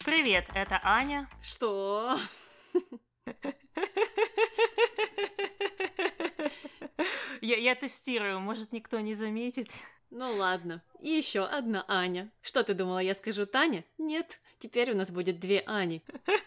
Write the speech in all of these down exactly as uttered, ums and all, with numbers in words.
Привет, это Аня. Что? Я, я тестирую, может, никто не заметит. Ну ладно, и еще одна Аня. Что ты думала, я скажу Таня? Нет, теперь у нас будет две Ани.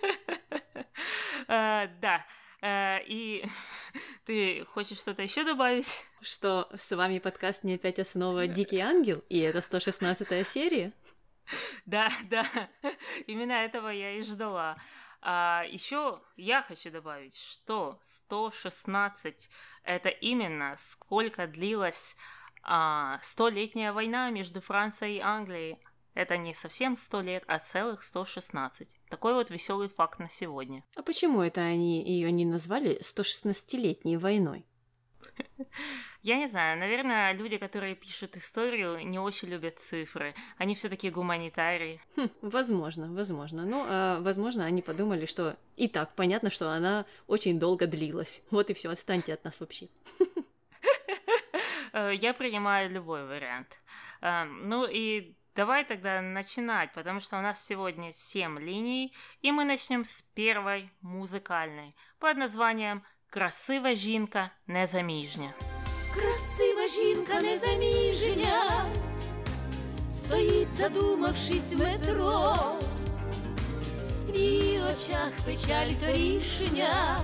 А, да, а, и ты хочешь что-то еще добавить? Что, с вами подкаст «Не опять основа Дикий ангел», и это сто шестнадцатая серия? Да, да, именно этого я и ждала. А еще я хочу добавить, что сто шестнадцать это именно сколько длилась а, столетняя война между Францией и Англией. Это не совсем сто лет, а целых сто шестнадцать. Такой вот веселый факт на сегодня. А почему это они ее не назвали сто шестнадцатилетней войной? Я не знаю, наверное, люди, которые пишут историю, не очень любят цифры. Они все-таки гуманитарии. Хм, возможно, возможно. Ну, а, возможно, они подумали, что и так понятно, что она очень долго длилась. Вот и все, отстаньте от нас вообще. Я принимаю любой вариант. Ну и давай тогда начинать, потому что у нас сегодня семь линий, и мы начнем с первой музыкальной под названием «Красива жінка незаміжня». Красива жінка незаміжня стоїть, задумавшись в метро, в її очах печаль торішня,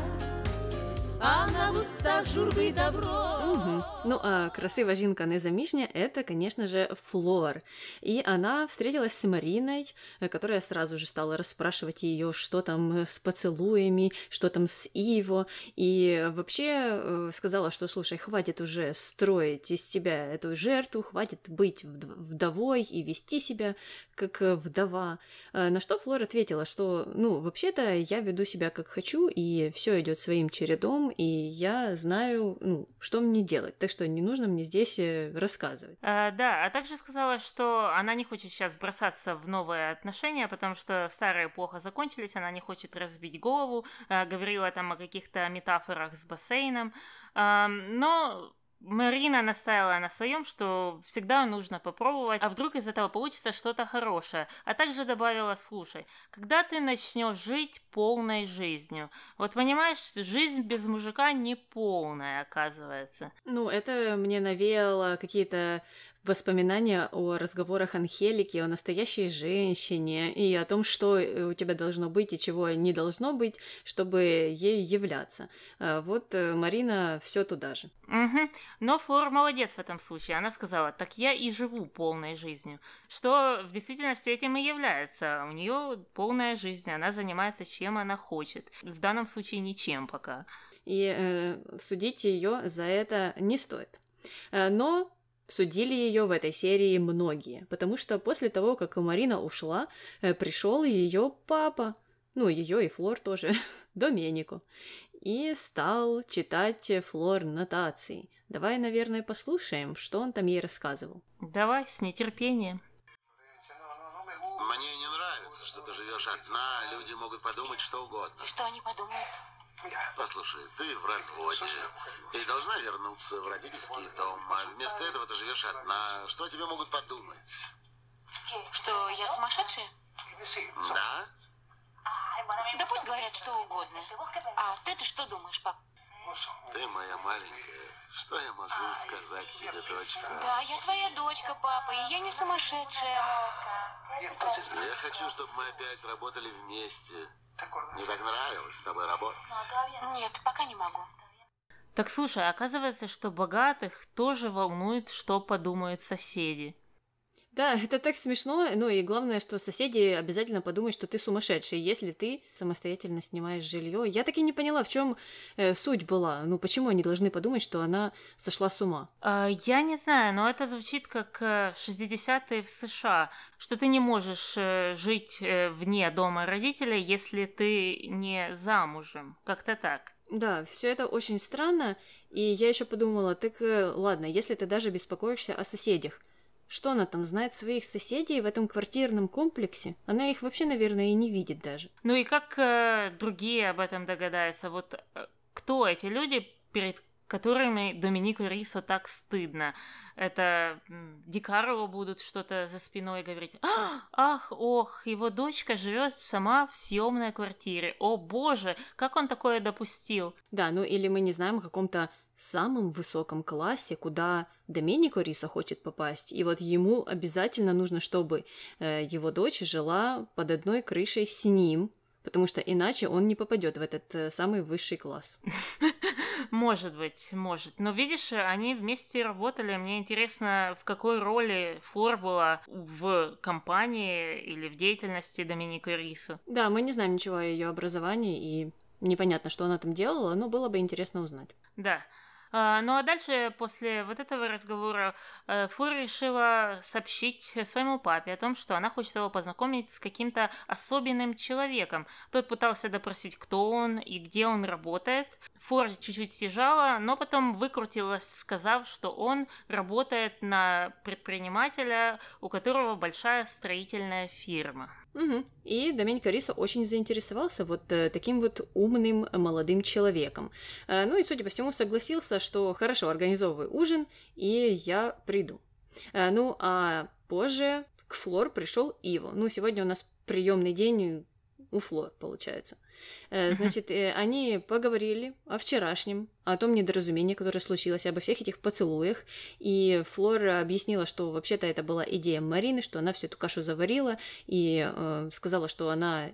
а на устах журби добро. Угу. Ну, а красивая жінка незаміжня — это, конечно же, Флор. И она встретилась с Мариной, которая сразу же стала расспрашивать ее, что там с поцелуями, что там с Иво, и вообще сказала, что, слушай, хватит уже строить из тебя эту жертву, хватит быть вдовой и вести себя как вдова. На что Флор ответила, что, ну, вообще-то я веду себя как хочу, и все идет своим чередом, и я знаю, ну, что мне делать, так что не нужно мне здесь рассказывать. А, да, а также сказала, что она не хочет сейчас бросаться в новые отношения, потому что старые плохо закончились, она не хочет разбить голову, а, говорила там о каких-то метафорах с бассейном, а, но Марина настаивала на своем, что всегда нужно попробовать, а вдруг из этого получится что-то хорошее. А также добавила, слушай, когда ты начнешь жить полной жизнью? Вот понимаешь, жизнь без мужика не полная, оказывается. Ну, это мне навеяло какие-то воспоминания о разговорах Анхелики, о настоящей женщине и о том, что у тебя должно быть и чего не должно быть, чтобы ей являться. Вот Марина все туда же. Угу. Но Флор молодец в этом случае. Она сказала, так я и живу полной жизнью. Что в действительности этим и является. У нее полная жизнь, она занимается чем она хочет. В данном случае ничем пока. И э, судить ее за это не стоит. Но судили ее в этой серии многие, потому что после того, как Марина ушла, пришел ее папа, ну, ее и Флор тоже, Доменико, и стал читать Флор нотации. Давай, наверное, послушаем, что он там ей рассказывал. Давай, с нетерпением. Мне не нравится, что ты живешь одна, люди могут подумать что угодно. Что они подумают? Послушай, ты в разводе и должна вернуться в родительский дом, а вместо этого ты живешь одна. Что тебе могут подумать? Что я сумасшедшая? Да? Да пусть говорят что угодно. А ты-то что думаешь, пап? Ты моя маленькая. Что я могу сказать тебе, дочка? Да, я твоя дочка, папа, и я не сумасшедшая. Я хочу, чтобы мы опять работали вместе. Мне так нравилось с тобой работать. Нет, пока не могу. Так слушай, оказывается, что богатых тоже волнует, что подумают соседи. Да, это так смешно, ну и главное, что соседи обязательно подумают, что ты сумасшедший, если ты самостоятельно снимаешь жилье. Я так и не поняла, в чем э, суть была, ну почему они должны подумать, что она сошла с ума? А, я не знаю, но это звучит как шестидесятые в США, что ты не можешь э, жить э, вне дома родителей, если ты не замужем, как-то так. Да, все это очень странно, и я еще подумала, так э, ладно, если ты даже беспокоишься о соседях, что она там знает своих соседей в этом квартирном комплексе? Она их вообще, наверное, и не видит даже. Ну и как э, другие об этом догадаются? Вот э, кто эти люди, перед которыми Доминику Рису так стыдно. Это Ди Карло будут что-то за спиной говорить. Ах, ох, его дочка живет сама в съемной квартире. О боже, как он такое допустил? Да, ну или мы не знаем о каком-то самом высоком классе, куда Доменико Риса хочет попасть. И вот ему обязательно нужно, чтобы э, его дочь жила под одной крышей с ним, потому что иначе он не попадет в этот э, самый высший класс. Может быть, может. Но видишь, они вместе работали. Мне интересно, в какой роли Флор была в компании или в деятельности Доминика Риса. Да, мы не знаем ничего о ее образовании, и непонятно, что она там делала, но было бы интересно узнать. Да. Ну а дальше, после вот этого разговора, Флор решила сообщить своему папе о том, что она хочет его познакомить с каким-то особенным человеком. Тот пытался допросить, кто он и где он работает. Флор чуть-чуть стяжала, но потом выкрутилась, сказав, что он работает на предпринимателя, у которого большая строительная фирма. Угу. И Доменико Риса очень заинтересовался вот э, таким вот умным молодым человеком. Э, ну и, судя по всему, согласился, что хорошо, организовывай ужин, и я приду. Э, ну а позже к Флор пришел Иво. Ну, сегодня у нас приемный день у Флор, получается. Э, значит, э, они поговорили о вчерашнем, о том недоразумении, которое случилось, обо всех этих поцелуях, и Флор объяснила, что вообще-то это была идея Марины, что она всю эту кашу заварила, и э, сказала, что она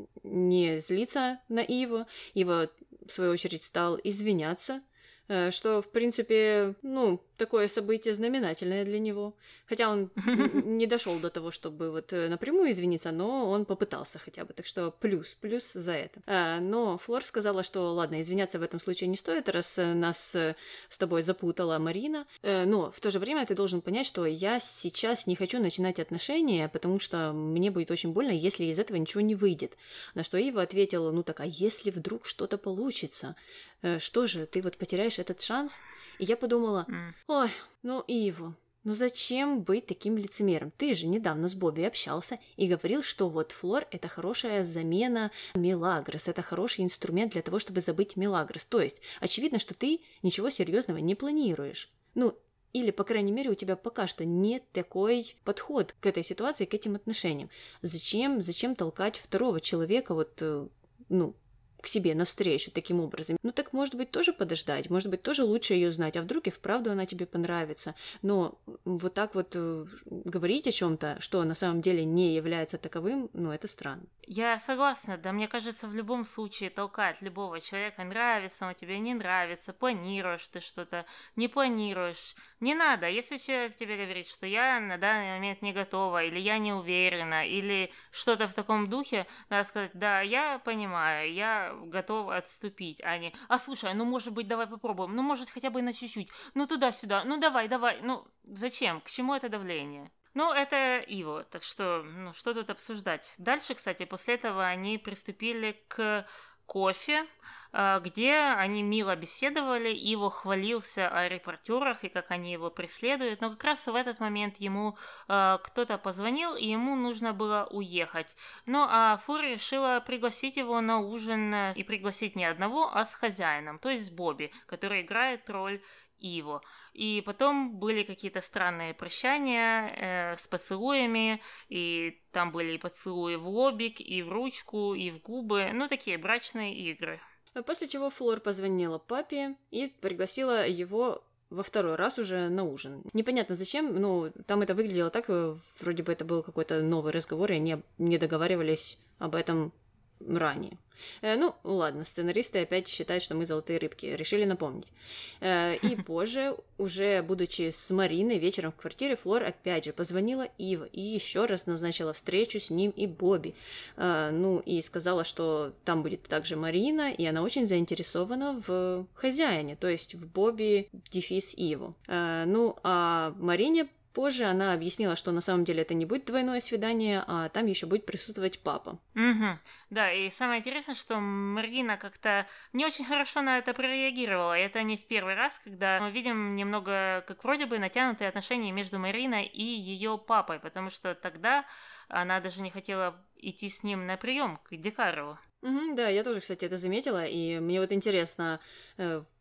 не злится на Иво. Иво, в свою очередь, стал извиняться, э, что, в принципе, ну, такое событие знаменательное для него. Хотя он не дошел до того, чтобы вот напрямую извиниться, но он попытался хотя бы. Так что плюс, плюс за это. А, но Флор сказала, что ладно, извиняться в этом случае не стоит, раз нас с тобой запутала Марина. А, но в то же время ты должен понять, что я сейчас не хочу начинать отношения, потому что мне будет очень больно, если из этого ничего не выйдет. На что Ива ответила, ну так, а если вдруг что-то получится? Что же, ты вот потеряешь этот шанс? И я подумала, ой, ну Иво, ну зачем быть таким лицемером? Ты же недавно с Бобби общался и говорил, что вот Флор — это хорошая замена Мелагрос, это хороший инструмент для того, чтобы забыть Мелагрос. То есть, очевидно, что ты ничего серьезного не планируешь. Ну, или, по крайней мере, у тебя пока что нет такой подход к этой ситуации, к этим отношениям. Зачем, зачем толкать второго человека вот, ну, к себе навстречу таким образом? Ну так, может быть, тоже подождать, может быть, тоже лучше ее знать, а вдруг и вправду она тебе понравится. Но вот так вот э, говорить о чем-то, что на самом деле не является таковым, ну это странно. Я согласна, да, мне кажется, в любом случае толкать любого человека, нравится он тебе, не нравится, планируешь ты что-то, не планируешь, не надо. Если человек тебе говорит, что я на данный момент не готова, или я не уверена, или что-то в таком духе, надо сказать, да, я понимаю, я готова отступить, а не, а слушай, ну может быть давай попробуем, ну может хотя бы на чуть-чуть, ну туда-сюда, ну давай, давай, ну зачем, к чему это давление? Ну, это Иво, так что, ну, что тут обсуждать? Дальше, кстати, после этого они приступили к кофе, где они мило беседовали, Иво хвалился о репортерах и как они его преследуют, но как раз в этот момент ему э, кто-то позвонил, и ему нужно было уехать. Ну, а Флор решила пригласить его на ужин, и пригласить не одного, а с хозяином, то есть с Бобби, который играет роль Иво. И потом были какие-то странные прощания э, с поцелуями, и там были и поцелуи в лобик, и в ручку, и в губы, ну, такие брачные игры. После чего Флор позвонила папе и пригласила его во второй раз уже на ужин. Непонятно зачем, ну, там это выглядело так, вроде бы это был какой-то новый разговор, и они не договаривались об этом ранее. Э, ну, ладно, сценаристы опять считают, что мы золотые рыбки, решили напомнить. Э, и позже, уже будучи с Мариной вечером в квартире, Флор опять же позвонила Иво и еще раз назначила встречу с ним и Бобби. Э, ну, и сказала, что там будет также Марина, и она очень заинтересована в хозяине, то есть в Бобби дефис Иво. Э, ну, а Марине позже она объяснила, что на самом деле это не будет двойное свидание, а там еще будет присутствовать папа. Угу. Да, и самое интересное, что Марина как-то не очень хорошо на это прореагировала. И это не в первый раз, когда мы видим немного, как вроде бы, натянутые отношения между Мариной и ее папой, потому что тогда она даже не хотела идти с ним на прием к Ди Карло. Угу, да, я тоже, кстати, это заметила, и мне вот интересно,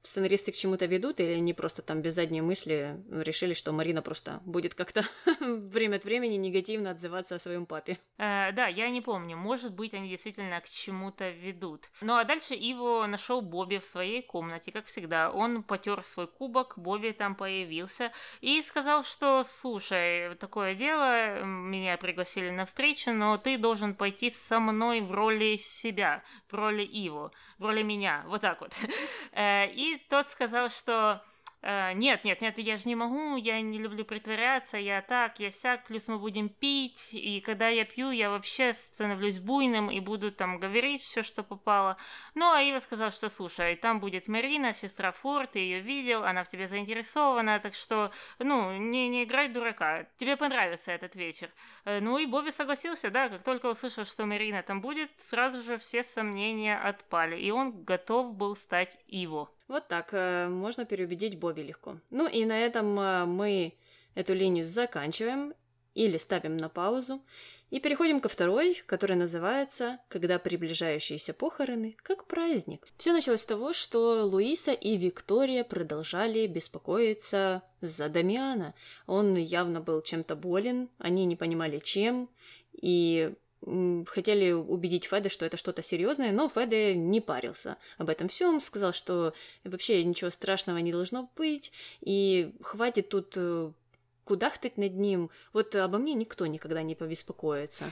сценаристы к чему-то ведут, или они просто там без задней мысли решили, что Марина просто будет как-то время от времени негативно отзываться о своем папе? Э, да, я не помню. Может быть, они действительно к чему-то ведут. Ну а дальше Иво нашел Бобби в своей комнате, как всегда. Он потер свой кубок, Бобби там появился и сказал, что, слушай, такое дело, меня пригласили на встречу, но ты должен пойти со мной в роли себя, в роли Иво, в роли меня, вот так вот. И тот сказал, что нет, нет, нет, я же не могу, я не люблю притворяться, я так, я сяк, плюс мы будем пить, и когда я пью, я вообще становлюсь буйным и буду там говорить все, что попало. Ну, а Ива сказал, что слушай, там будет Марина, сестра Флор, ты ее видел, она в тебе заинтересована, так что, ну, не, не играй дурака, тебе понравится этот вечер. Ну и Бобби согласился, да, как только услышал, что Марина там будет, сразу же все сомнения отпали, и он готов был стать Иво. Вот так, можно переубедить Бобби легко. Ну и на этом мы эту линию заканчиваем или ставим на паузу и переходим ко второй, которая называется «Когда приближающиеся похороны как праздник». Все началось с того, что Луиса и Виктория продолжали беспокоиться за Дамиана. Он явно был чем-то болен, они не понимали чем, и хотели убедить Феда, что это что-то серьезное, но Феде не парился об этом всем, сказал, что вообще ничего страшного не должно быть, и хватит тут кудахтать над ним, вот обо мне никто никогда не побеспокоится,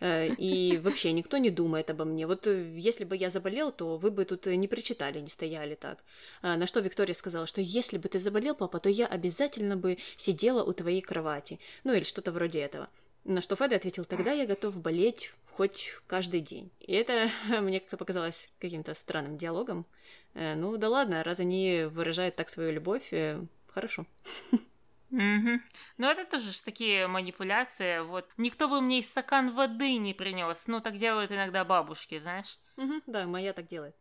и вообще никто не думает обо мне, вот если бы я заболел, то вы бы тут не причитали, не стояли так. На что Виктория сказала, что если бы ты заболел, папа, то я обязательно бы сидела у твоей кровати, ну или что-то вроде этого. На что Феде ответил, тогда я готов болеть хоть каждый день. И это мне как-то показалось каким-то странным диалогом. Ну да ладно, раз они выражают так свою любовь, хорошо. Mm-hmm. Ну, это тоже ж такие манипуляции. Вот никто бы мне и стакан воды не принес. Ну, так делают иногда бабушки, знаешь? Mm-hmm, да, моя так делает.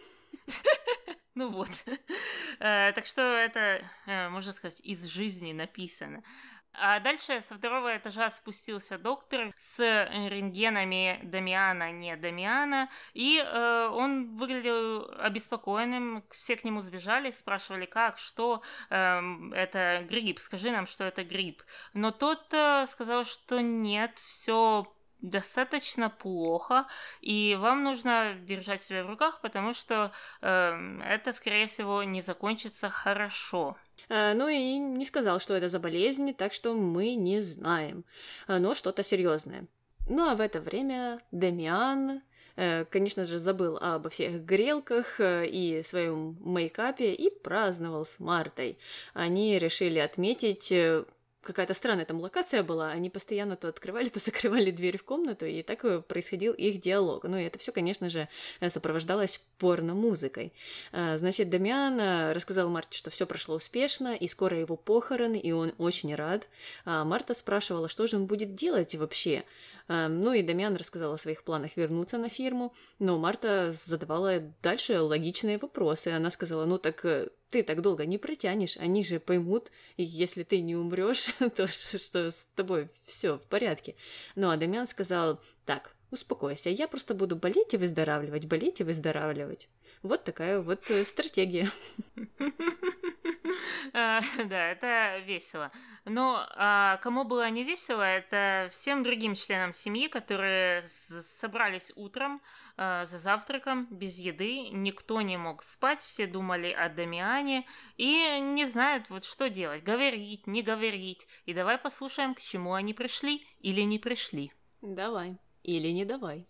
Ну вот. Так что это, можно сказать, из жизни написано. А дальше со второго этажа спустился доктор с рентгенами Дамиана, не Дамиана, и э, он выглядел обеспокоенным, все к нему сбежали, спрашивали, как, что, э, это грипп, скажи нам, что это грипп. Но тот э, сказал, что нет, все достаточно плохо, и вам нужно держать себя в руках, потому что э, это, скорее всего, не закончится хорошо. Ну и не сказал, что это за болезнь, так что мы не знаем, но что-то серьезное. Ну а в это время Дамиан, конечно же, забыл обо всех грелках и своем мейкапе и праздновал с Мартой. Они решили отметить... Какая-то странная там локация была, они постоянно то открывали, то закрывали дверь в комнату, и так происходил их диалог. Ну и это все, конечно же, сопровождалось порно-музыкой. Значит, Дамиан рассказал Марте, что все прошло успешно, и скоро его похороны, и он очень рад. А Марта спрашивала, что же он будет делать вообще. Ну и Дамиан рассказал о своих планах вернуться на фирму, но Марта задавала дальше логичные вопросы. Она сказала, ну так... Ты так долго не протянешь, они же поймут, если ты не умрешь, то что с тобой все в порядке. Ну а Дамиан сказал, так, успокойся, я просто буду болеть и выздоравливать, болеть и выздоравливать. Вот такая вот стратегия. Да, это весело. Но а, кому было не весело, это всем другим членам семьи, которые собрались утром а, за завтраком без еды, никто не мог спать, все думали о Дамиане и не знают, вот что делать, говорить, не говорить. И давай послушаем, к чему они пришли или не пришли. Давай. Или не давай.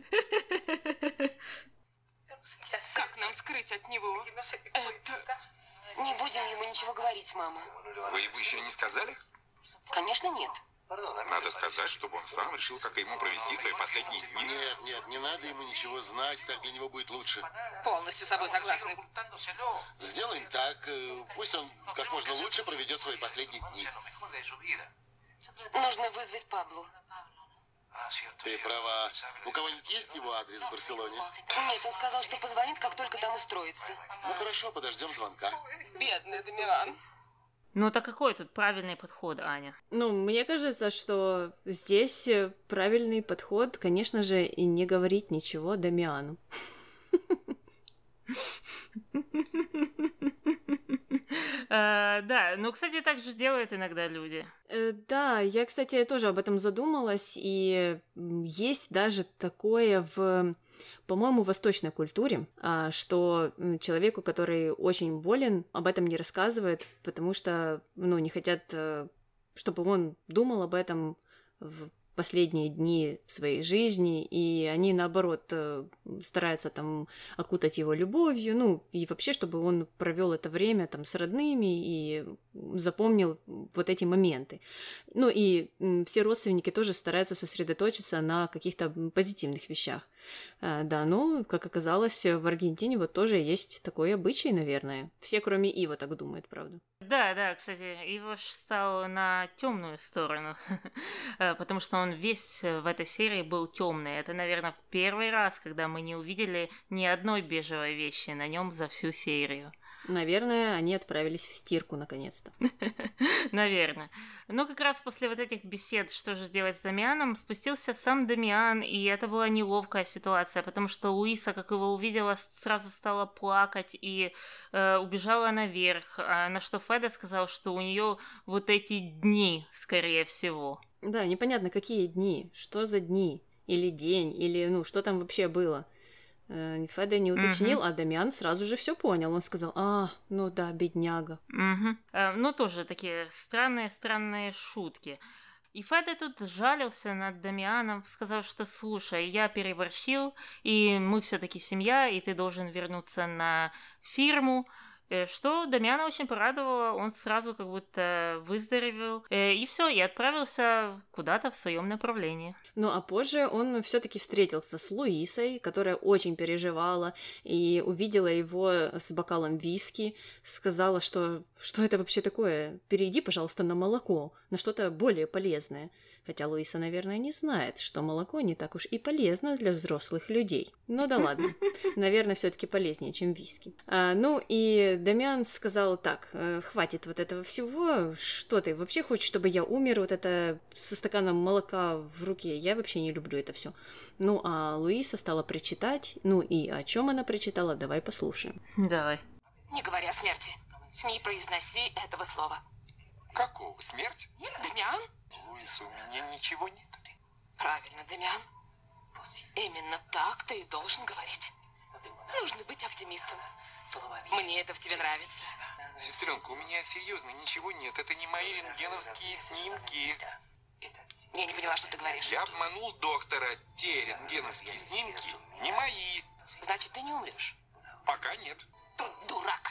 Как нам скрыть от него это? Не будем ему ничего говорить, мама. Вы ему еще не сказали? Конечно, нет. Надо сказать, чтобы он сам решил, как ему провести свои последние дни. Нет, нет, не надо ему ничего знать, так для него будет лучше. Полностью с собой согласны. Сделаем так, пусть он как можно лучше проведет свои последние дни. Нужно вызвать Пабло. Ты права. У кого-нибудь есть его адрес в Барселоне? Нет, он сказал, что позвонит, как только там устроится. Ну хорошо, подождем звонка. Бедный Дамиан. Ну, так какой тут правильный подход, Аня? Ну, мне кажется, что здесь правильный подход, конечно же, и не говорить ничего Дамиану. Да, ну, кстати, так же делают иногда люди. Да, я, кстати, тоже об этом задумалась, и есть даже такое в, по-моему, восточной культуре, что человеку, который очень болен, об этом не рассказывают, потому что, ну, не хотят, чтобы он думал об этом в последние дни своей жизни, и они, наоборот, стараются там окутать его любовью, ну, и вообще, чтобы он провел это время там с родными и запомнил вот эти моменты. Ну, и все родственники тоже стараются сосредоточиться на каких-то позитивных вещах. Да, ну, как оказалось, в Аргентине вот тоже есть такой обычай, наверное. Все, кроме Ива, так думают, правда. Да, да, кстати, Ива стал на темную сторону, потому что он весь в этой серии был темный. Это, наверное, первый раз, когда мы не увидели ни одной бежевой вещи на нем за всю серию. Наверное, они отправились в стирку наконец-то. Наверное. Но как раз после вот этих бесед, что же делать с Дамианом, спустился сам Дамиан, и это была неловкая ситуация, потому что Луиса, как его увидела, сразу стала плакать и э, убежала наверх, а на что Феде сказал, что у нее вот эти дни, скорее всего. Да, непонятно, какие дни, что за дни, или день, или, ну, что там вообще было. Феде не уточнил, uh-huh. а Дамиан сразу же все понял. Он сказал: а, ну да, бедняга. Uh-huh. Uh, ну, тоже такие странные-странные шутки. И Феде тут сжалился над Дамианом, сказал, что слушай, я переборщил, и мы все-таки семья, и ты должен вернуться на фирму. Что Дамиана очень порадовало, он сразу как будто выздоровел, и все, и отправился куда-то в своем направлении. Ну а позже он все-таки встретился с Луисой, которая очень переживала, и увидела его с бокалом виски, сказала, что что это вообще такое, перейди, пожалуйста, на молоко, на что-то более полезное. Хотя Луиса, наверное, не знает, что молоко не так уж и полезно для взрослых людей. Ну да ладно, наверное, все-таки полезнее, чем виски. А, ну и Дамиан сказал так: хватит вот этого всего, что ты вообще хочешь, чтобы я умер вот это со стаканом молока в руке? Я вообще не люблю это все. Ну а Луиса стала причитать, ну и о чем она причитала, давай послушаем. Давай. Не говори о смерти, не произноси этого слова. Какого? Смерть? Дамиан? Луиса, у меня ничего нет. Правильно, Дамиан. Именно так ты и должен говорить. Нужно быть оптимистом. Мне это в тебе нравится. Сестренка, у меня серьезно ничего нет. Это не мои рентгеновские снимки. Я не поняла, что ты говоришь. Я обманул доктора. Те рентгеновские снимки не мои. Значит, ты не умрешь? Пока нет. Дурак.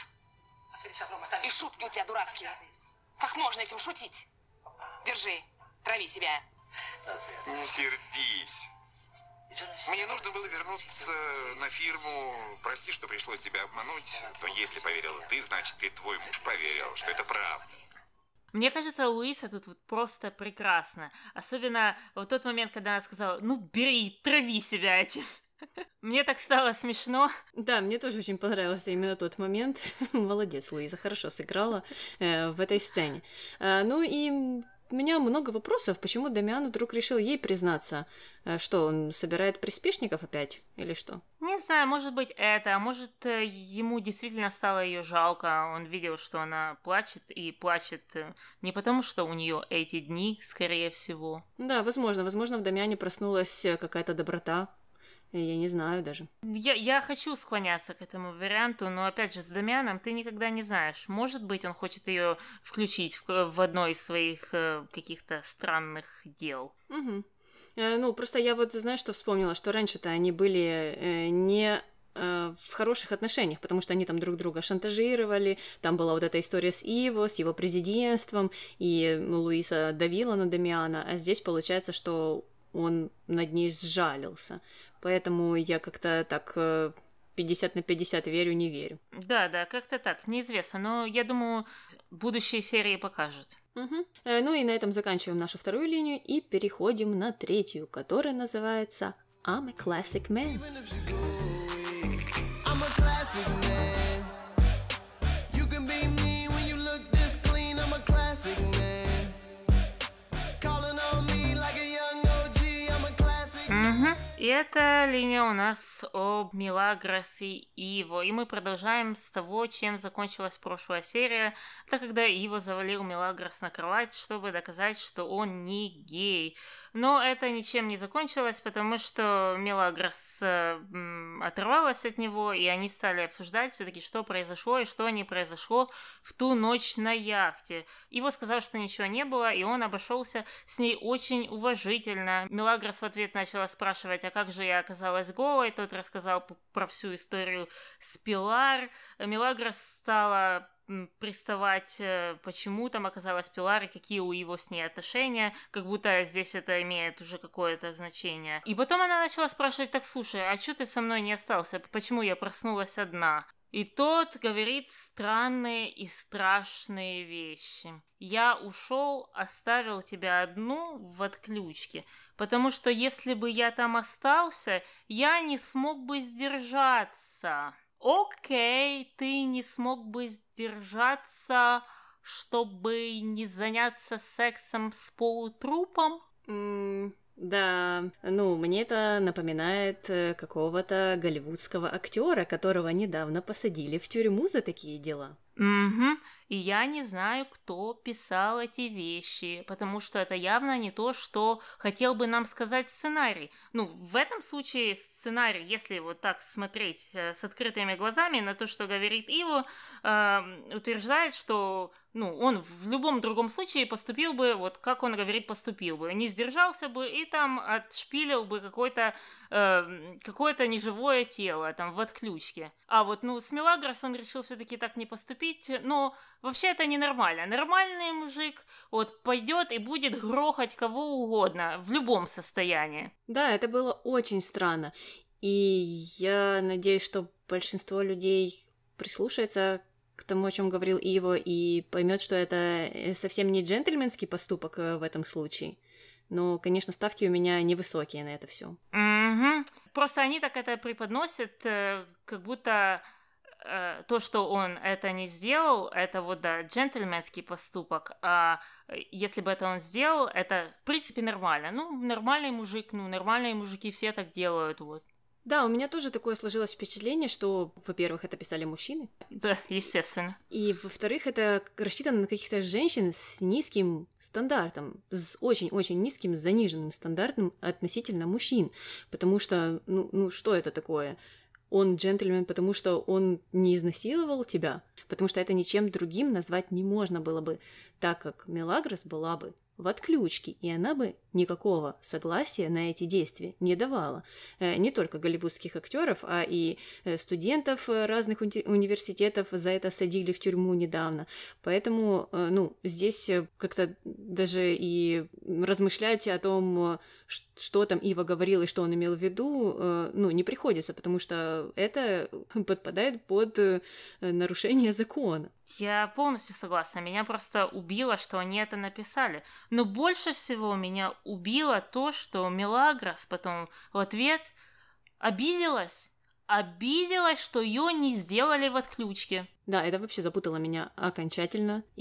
И шутки у тебя дурацкие. Как можно этим шутить? Держи, трави себя. Не сердись. Мне нужно было вернуться на фирму. Прости, что пришлось тебя обмануть. Но если поверила ты, значит, и твой муж поверил, что это правда. Мне кажется, Луиса тут вот просто прекрасна. Особенно в тот момент, когда она сказала: ну, бери, трави себя этим. Мне так стало смешно. Да, мне тоже очень понравился именно тот момент. Молодец, Луиза, хорошо сыграла э, в этой сцене. Э, ну и у меня много вопросов, почему Дамиан вдруг решил ей признаться. Э, что, он собирает приспешников опять или что? Не знаю, может быть это, а может ему действительно стало ее жалко. Он видел, что она плачет, и плачет не потому, что у нее эти дни, скорее всего. Да, возможно, возможно, в Дамиане проснулась какая-то доброта. Я не знаю даже. Я, я хочу склоняться к этому варианту, но опять же с Дамианом ты никогда не знаешь. Может быть, он хочет ее включить в, в одно из своих э, каких-то странных дел. Угу. Э, ну, просто я вот, знаешь, что вспомнила, что раньше-то они были э, не э, в хороших отношениях, потому что они там друг друга шантажировали, там была вот эта история с Иво, с его президентством, и Луиса давила на Дамиана, а здесь получается, что он над ней сжалился. Поэтому я как-то так пятьдесят на пятьдесят верю, не верю. Да, да, как-то так, неизвестно, но я думаю, будущие серии покажут. Угу. Ну и на этом заканчиваем нашу вторую линию и переходим на третью, которая называется I'm a Classic Man. I'm a classic man. You can be me when you look this clean. I'm a classic man. Calling on me like a young о джи. I'm a classic man. Угу. И эта линия у нас об Мелагрос и Иво. И мы продолжаем с того, чем закончилась прошлая серия. Это когда Иво завалил Мелагрос на кровать, чтобы доказать, что он не гей. Но это ничем не закончилось, потому что Мелагрос э, м, оторвалась от него, и они стали обсуждать все-таки, что произошло и что не произошло в ту ночь на яхте. Иво сказал, что ничего не было, и он обошелся с ней очень уважительно. Мелагрос в ответ начала спрашивать, а как же я оказалась голой? Тот рассказал про всю историю с Пилар. Мелагрос стала приставать, почему там оказалась Пилар и какие у его с ней отношения, как будто здесь это имеет уже какое-то значение. И потом она начала спрашивать, так слушай, а что ты со мной не остался? Почему я проснулась одна? И тот говорит странные и страшные вещи. Я ушел, оставил тебя одну в отключке, потому что если бы я там остался, я не смог бы сдержаться. Окей, ты не смог бы сдержаться, чтобы не заняться сексом с полутрупом? Mm, да, ну, мне это напоминает какого-то голливудского актера, которого недавно посадили в тюрьму за такие дела. Угу. И я не знаю, кто писал эти вещи, потому что это явно не то, что хотел бы нам сказать сценарий. Ну, в этом случае сценарий, если вот так смотреть э, с открытыми глазами на то, что говорит Иво, э, утверждает, что ну, он в любом другом случае поступил бы, вот как он говорит, поступил бы. Не сдержался бы и там отшпилил бы какой-то э, какое-то неживое тело там в отключке. А вот ну с Мелагрос он решил все-таки так не поступить, но вообще это ненормально. Нормальный мужик вот пойдет и будет грохать кого угодно в любом состоянии. Да, это было очень странно. И я надеюсь, что большинство людей прислушается к тому, о чем говорил Иво, и поймет, что это совсем не джентльменский поступок в этом случае. Но, конечно, ставки у меня невысокие на это все. Угу. Просто они так это преподносят, как будто э, то, что он это не сделал, это вот, да, джентльменский поступок, а если бы это он сделал, это, в принципе, нормально. Ну, нормальный мужик, ну, нормальные мужики все так делают, вот. Да, у меня тоже такое сложилось впечатление, что, во-первых, это писали мужчины. Да, естественно. И, во-вторых, это рассчитано на каких-то женщин с низким стандартом, с очень-очень низким, заниженным стандартом относительно мужчин. Потому что, ну, ну что это такое? Он джентльмен, потому что он не изнасиловал тебя, потому что это ничем другим назвать не можно было бы, так как Мелагрос была бы в отключке, и она бы никакого согласия на эти действия не давала. Не только голливудских актеров, а и студентов разных уни- университетов за это садили в тюрьму недавно. Поэтому, ну, здесь как-то даже и размышлять о том, что там Иво говорил и что он имел в виду, ну, не приходится, потому что это подпадает под нарушение закона. Я полностью согласна. Меня просто убило, что они это написали. Но больше всего меня убило то, что Мелагрос потом в ответ обиделась. Обиделась, что ее не сделали в отключке. Да, это вообще запутало меня окончательно, и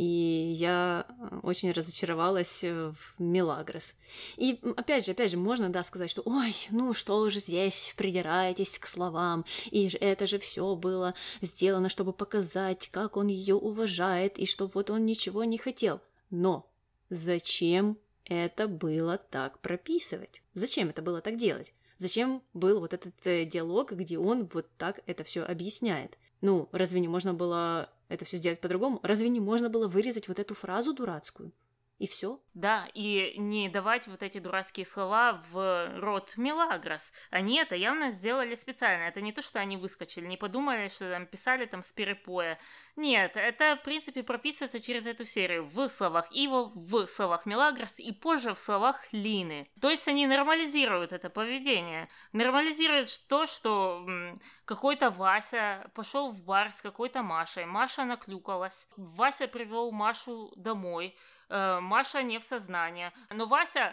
я очень разочаровалась в Мелагрос. И опять же, опять же, можно, да, сказать, что ой, ну что же здесь придираетесь к словам, и это же все было сделано, чтобы показать, как он ее уважает, и что вот он ничего не хотел. Но зачем это было так прописывать? Зачем это было так делать? Зачем был вот этот э, диалог, где он вот так это все объясняет? Ну, разве не можно было это все сделать по-другому? Разве не можно было вырезать вот эту фразу дурацкую? И все? Да, и не давать вот эти дурацкие слова в рот Мелагрос. Они это явно сделали специально. Это не то, что они выскочили, не подумали, что там писали там с перепоя. Нет, это, в принципе, прописывается через эту серию в словах Иво, в словах Мелагрос и позже в словах Лины. То есть они нормализируют это поведение. Нормализируют то, что м, какой-то Вася пошел в бар с какой-то Машей. Маша наклюкалась. Вася привел Машу домой. Маша не в сознании. Но Вася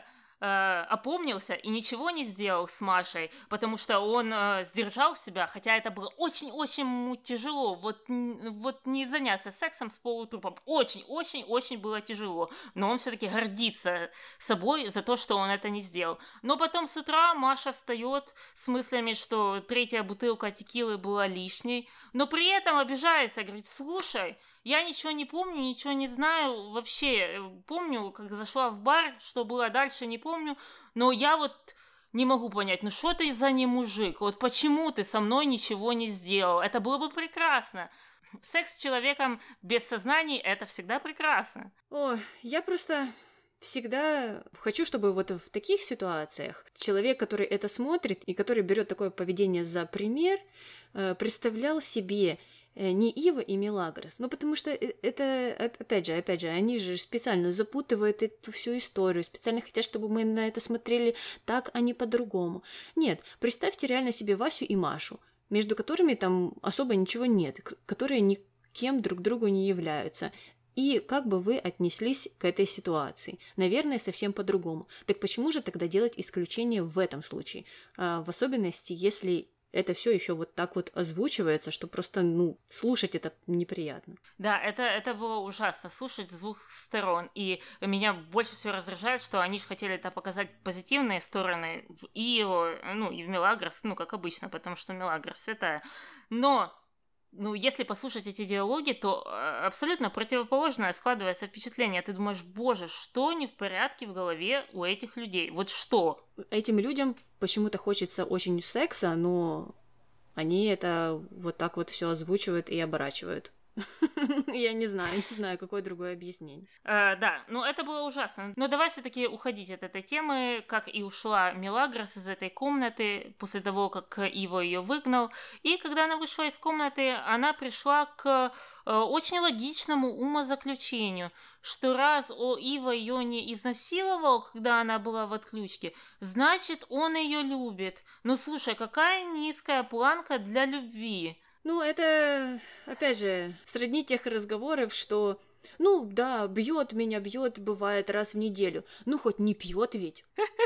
э, опомнился и ничего не сделал с Машей, потому что он э, сдержал себя, хотя это было очень-очень ему тяжело. Вот, вот не заняться сексом с полутрупом очень-очень-очень было тяжело. Но он все-таки гордится собой за то, что он это не сделал. Но потом с утра Маша встает с мыслями, что третья бутылка текилы была лишней, но при этом обижается, говорит: слушай, я ничего не помню, ничего не знаю, вообще помню, как зашла в бар, что было дальше, не помню, но я вот не могу понять, ну что ты за не мужик, вот почему ты со мной ничего не сделал, это было бы прекрасно. Секс с человеком без сознаний – это всегда прекрасно. О, я просто всегда хочу, чтобы вот в таких ситуациях человек, который это смотрит и который берет такое поведение за пример, представлял себе не Ива и Мелагрос, ну потому что это, опять же, опять же, они же специально запутывают эту всю историю, специально хотят, чтобы мы на это смотрели так, а не по-другому. Нет, представьте реально себе Васю и Машу, между которыми там особо ничего нет, которые никем друг другу не являются. И как бы вы отнеслись к этой ситуации? Наверное, совсем по-другому. Так почему же тогда делать исключение в этом случае? А, в особенности, если это все еще вот так вот озвучивается, что просто, ну, слушать это неприятно. Да, это, это было ужасно, слушать с двух сторон. И меня больше всего раздражает, что они же хотели это показать позитивные стороны в Ио, ну, и в Мелагрос, ну, как обычно, потому что Мелагрос святая. Но, ну, если послушать эти диалоги, то абсолютно противоположное складывается впечатление. Ты думаешь, боже, что не в порядке в голове у этих людей? Вот что? Этим людям почему-то хочется очень секса, но они это вот так вот все озвучивают и оборачивают. Я не знаю, не знаю, какое другое объяснение. Uh, да, ну это было ужасно. Но давай все-таки уходить от этой темы, как и ушла Мелагрос из этой комнаты после того, как Иво ее выгнал. И когда она вышла из комнаты, она пришла к uh, очень логичному умозаключению, что раз о, Иво ее не изнасиловал, когда она была в отключке, значит, он ее любит. Ну слушай, какая низкая планка для любви. Ну, это, опять же, сродни тех разговоров, что, ну, да, бьет меня, бьет, бывает, раз в неделю. Ну, хоть не пьет ведь.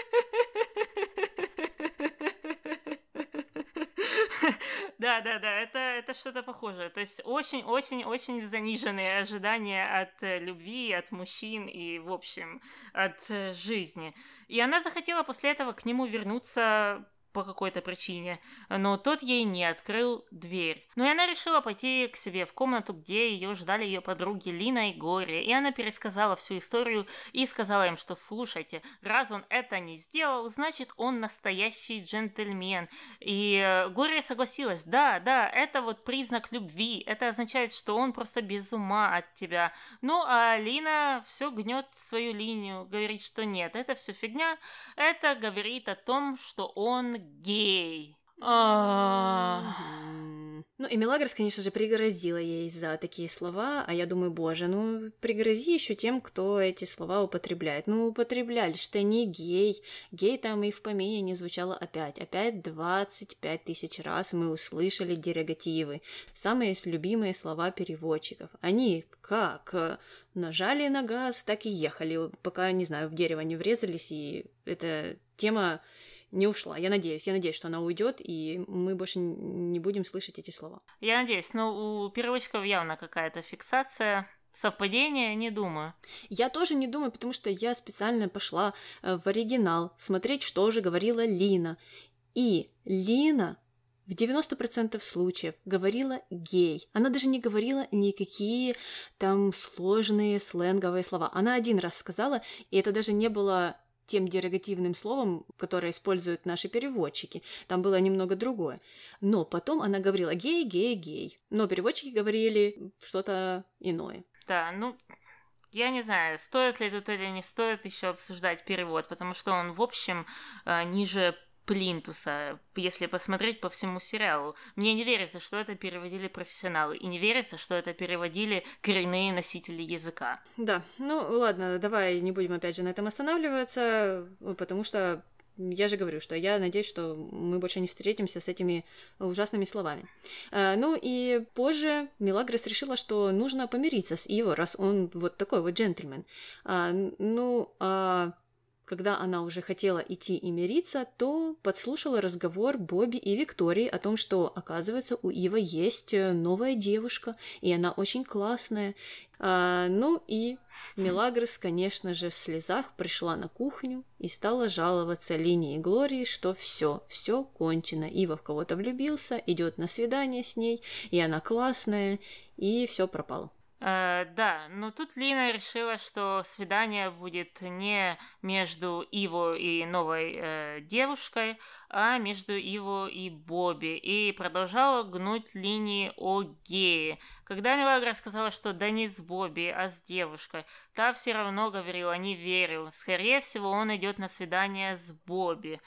Да, да, да, это, это что-то похожее. То есть очень-очень-очень заниженные ожидания от любви, от мужчин и, в общем, от жизни. И она захотела после этого к нему вернуться по какой-то причине, но тот ей не открыл дверь. Но и она решила пойти к себе в комнату, где ее ждали ее подруги Лина и Гори, и она пересказала всю историю и сказала им, что слушайте, раз он это не сделал, значит он настоящий джентльмен. И Гори согласилась, да, да, это вот признак любви, это означает, что он просто без ума от тебя. Ну а Лина все гнет свою линию, говорит, что нет, это все фигня, это говорит о том, что он гей. Ну, и Мелагрос, конечно же, пригрозила ей за такие слова, а я думаю, боже, ну, пригрози еще тем, кто эти слова употребляет. Ну, употребляли, что не гей. Гей там и в помине не звучало опять. Опять двадцать пять тысяч раз мы услышали дерогативы. Самые любимые слова переводчиков. Они как нажали на газ, так и ехали, пока, не знаю, в дерево не врезались, и эта тема не ушла. Я надеюсь, я надеюсь, что она уйдет, и мы больше не будем слышать эти слова. Я надеюсь, но у переводчиков явно какая-то фиксация. Совпадение, не думаю. Я тоже не думаю, потому что я специально пошла в оригинал смотреть, что же говорила Лина. И Лина в девяносто процентов случаев говорила гей. Она даже не говорила никакие там сложные сленговые слова. Она один раз сказала, и это даже не было тем дерогативным словом, которое используют наши переводчики. Там было немного другое. Но потом она говорила гей, гей, гей. Но переводчики говорили что-то иное. Да, ну, я не знаю, стоит ли тут или не стоит еще обсуждать перевод, потому что он, в общем, ниже плинтуса, если посмотреть по всему сериалу. Мне не верится, что это переводили профессионалы, и не верится, что это переводили коренные носители языка. Да, ну ладно, давай не будем опять же на этом останавливаться, потому что я же говорю, что я надеюсь, что мы больше не встретимся с этими ужасными словами. А, ну и позже Мелагрос решила, что нужно помириться с Иво, раз он вот такой вот джентльмен. А, ну, а когда она уже хотела идти и мириться, то подслушала разговор Бобби и Виктории о том, что, оказывается, у Ива есть новая девушка, и она очень классная. А, ну и Мелагрос, конечно же, в слезах пришла на кухню и стала жаловаться Лине и Глории, что все, все кончено. Ива в кого-то влюбился, идет на свидание с ней, и она классная, и все пропало. Э, да, но тут Лина решила, что свидание будет не между Иво и новой э, девушкой, а между Иво и Бобби, и продолжала гнуть линии о гее. Когда Мелагрос сказала, что да не с Бобби, а с девушкой, та все равно говорила: не верю, скорее всего он идет на свидание с Бобби.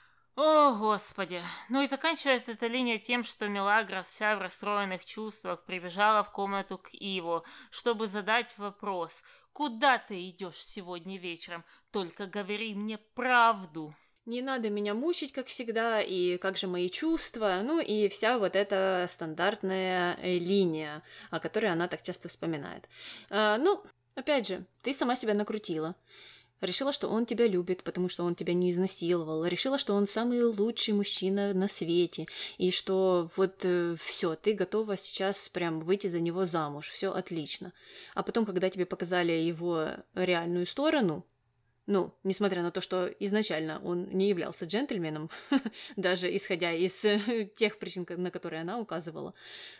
О, Господи. Ну и заканчивается эта линия тем, что Мелагрос, вся в расстроенных чувствах, прибежала в комнату к Иву, чтобы задать вопрос: «Куда ты идешь сегодня вечером? Только говори мне правду». Не надо меня мучить, как всегда, и как же мои чувства, ну и вся вот эта стандартная линия, о которой она так часто вспоминает. А, ну, опять же, ты сама себя накрутила. Решила, что он тебя любит, потому что он тебя не изнасиловал. Решила, что он самый лучший мужчина на свете. И что вот э, все, ты готова сейчас прям выйти за него замуж. Все отлично. А потом, когда тебе показали его реальную сторону, ну, несмотря на то, что изначально он не являлся джентльменом, даже исходя из тех причин, на которые она указывала,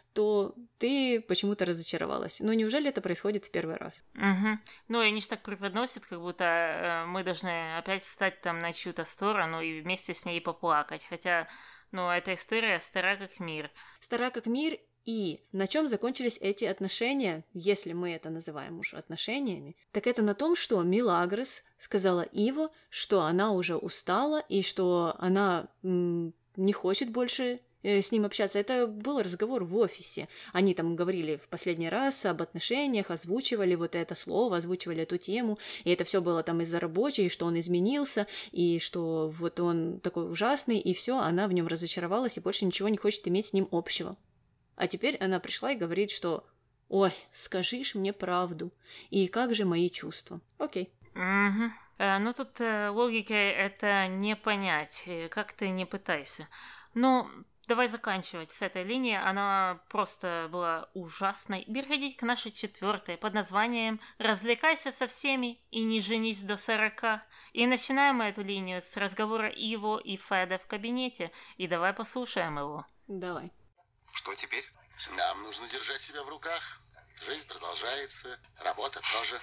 то ты почему-то разочаровалась. Но неужели это происходит в первый раз? Угу. Ну, и они же так преподносят, как будто э, мы должны опять встать там на чью-то сторону и вместе с ней поплакать. Хотя, ну, эта история стара как мир. Стара как мир. И на чем закончились эти отношения, если мы это называем уж отношениями, так это на том, что Мелагрос сказала Иво, что она уже устала и что она м- не хочет больше э, с ним общаться. Это был разговор в офисе. Они там говорили в последний раз об отношениях, озвучивали вот это слово, озвучивали эту тему, и это все было там из-за рабочей, и что он изменился, и что вот он такой ужасный, и все, она в нем разочаровалась и больше ничего не хочет иметь с ним общего. А теперь она пришла и говорит, что «Ой, скажишь мне правду, и как же мои чувства?» Окей. Угу. Э, ну, тут э, логикой это не понять, как ты не пытайся. Ну, давай заканчивать с этой линии, она просто была ужасной. Переходить к нашей четвертой под названием «Развлекайся со всеми и не женись до сорока». И начинаем мы эту линию с разговора Иво и Феда в кабинете, и давай послушаем его. Давай. Что теперь? Нам нужно держать себя в руках. Жизнь продолжается, работа тоже.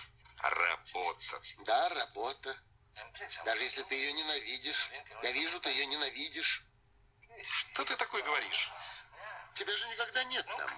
Работа. Да, работа. Даже если ты ее ненавидишь. Я вижу, ты ее ненавидишь. Что ты такое говоришь? Тебя же никогда нет там.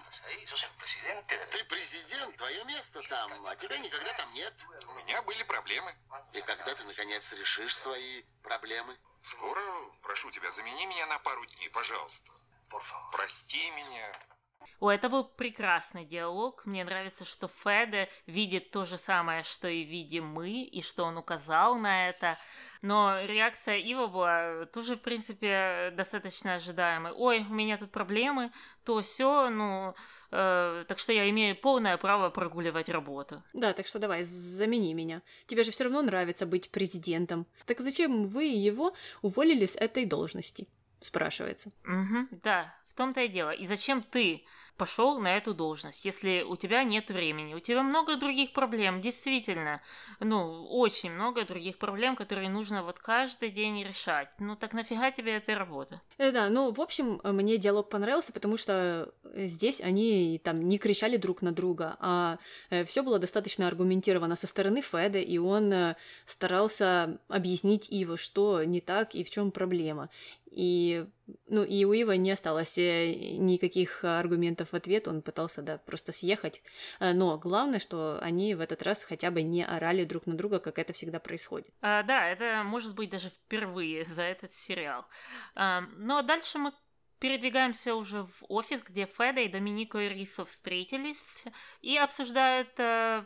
Ты президент, твое место там, а тебя никогда там нет. У меня были проблемы. И когда ты, наконец, решишь свои проблемы? Скоро, прошу тебя, замени меня на пару дней, пожалуйста. Прости меня. О, это был прекрасный диалог. Мне нравится, что Феде видит то же самое, что и видим мы, и что он указал на это. Но реакция Ива была тоже, в принципе, достаточно ожидаемой. Ой, у меня тут проблемы, то все, ну, э, так что я имею полное право прогуливать работу. Да, так что давай, замени меня. Тебе же все равно нравится быть президентом. Так зачем вы его уволили с этой должности? Спрашивается. Угу, да, в том-то и дело. И зачем ты пошел на эту должность, если у тебя нет времени? У тебя много других проблем, действительно. Ну, очень много других проблем, которые нужно вот каждый день решать. Ну, так нафига тебе эта работа? Э, да, ну, в общем, мне диалог понравился, потому что здесь они там не кричали друг на друга, а все было достаточно аргументировано со стороны Феда, и он старался объяснить Иву, что не так и в чем проблема. И, ну, и у Ива не осталось никаких аргументов в ответ, он пытался, да, просто съехать. Но главное, что они в этот раз хотя бы не орали друг на друга, как это всегда происходит. А, да, это может быть даже впервые за этот сериал. А, но дальше мы передвигаемся уже в офис, где Феда и Доминико и Рисо встретились и обсуждают а,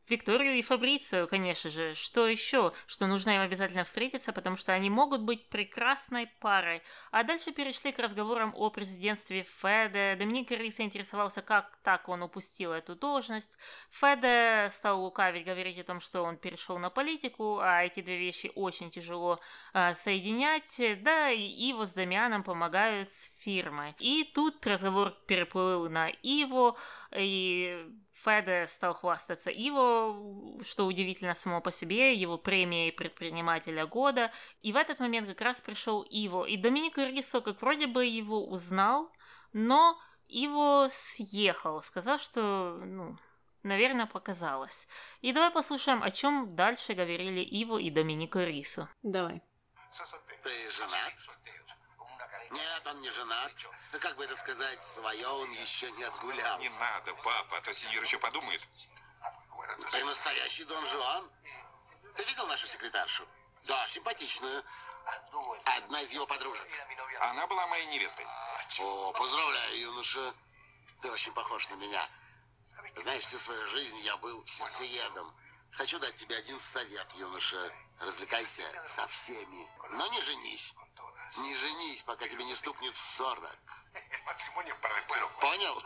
Викторию и Фабрицию, конечно же. Что еще? Что нужно им обязательно встретиться, потому что они могут быть прекрасной парой. А дальше перешли к разговорам о президентстве Феде. Доминико Риса интересовался, как так он упустил эту должность. Феде стал лукавить, говорить о том, что он перешел на политику, а эти две вещи очень тяжело а, соединять. Да, и Иво с Дамианом помогают с фирмой. И тут разговор переплыл на Иво, и Феде стал хвастаться Иво, что удивительно само по себе, его премией предпринимателя года. И в этот момент как раз пришел Иво. И Доминико Рисо как вроде бы его узнал, но Иво съехал, сказал, что, ну, наверное, показалось. И давай послушаем, о чем дальше говорили Иво и Доминико Рисо. Давай. Ты женат? Нет, он не женат. Как бы это сказать, свое он еще не отгулял. Не надо, папа, а то сеньор еще подумает. Ты настоящий Дон Жуан? Ты видел нашу секретаршу? Да, симпатичную. Одна из его подружек. Она была моей невестой. О, поздравляю, юноша. Ты очень похож на меня. Знаешь, всю свою жизнь я был сердцеедом. Хочу дать тебе один совет, юноша. Развлекайся со всеми, но не женись. Не женись, пока тебе не стукнет сорок. Понял?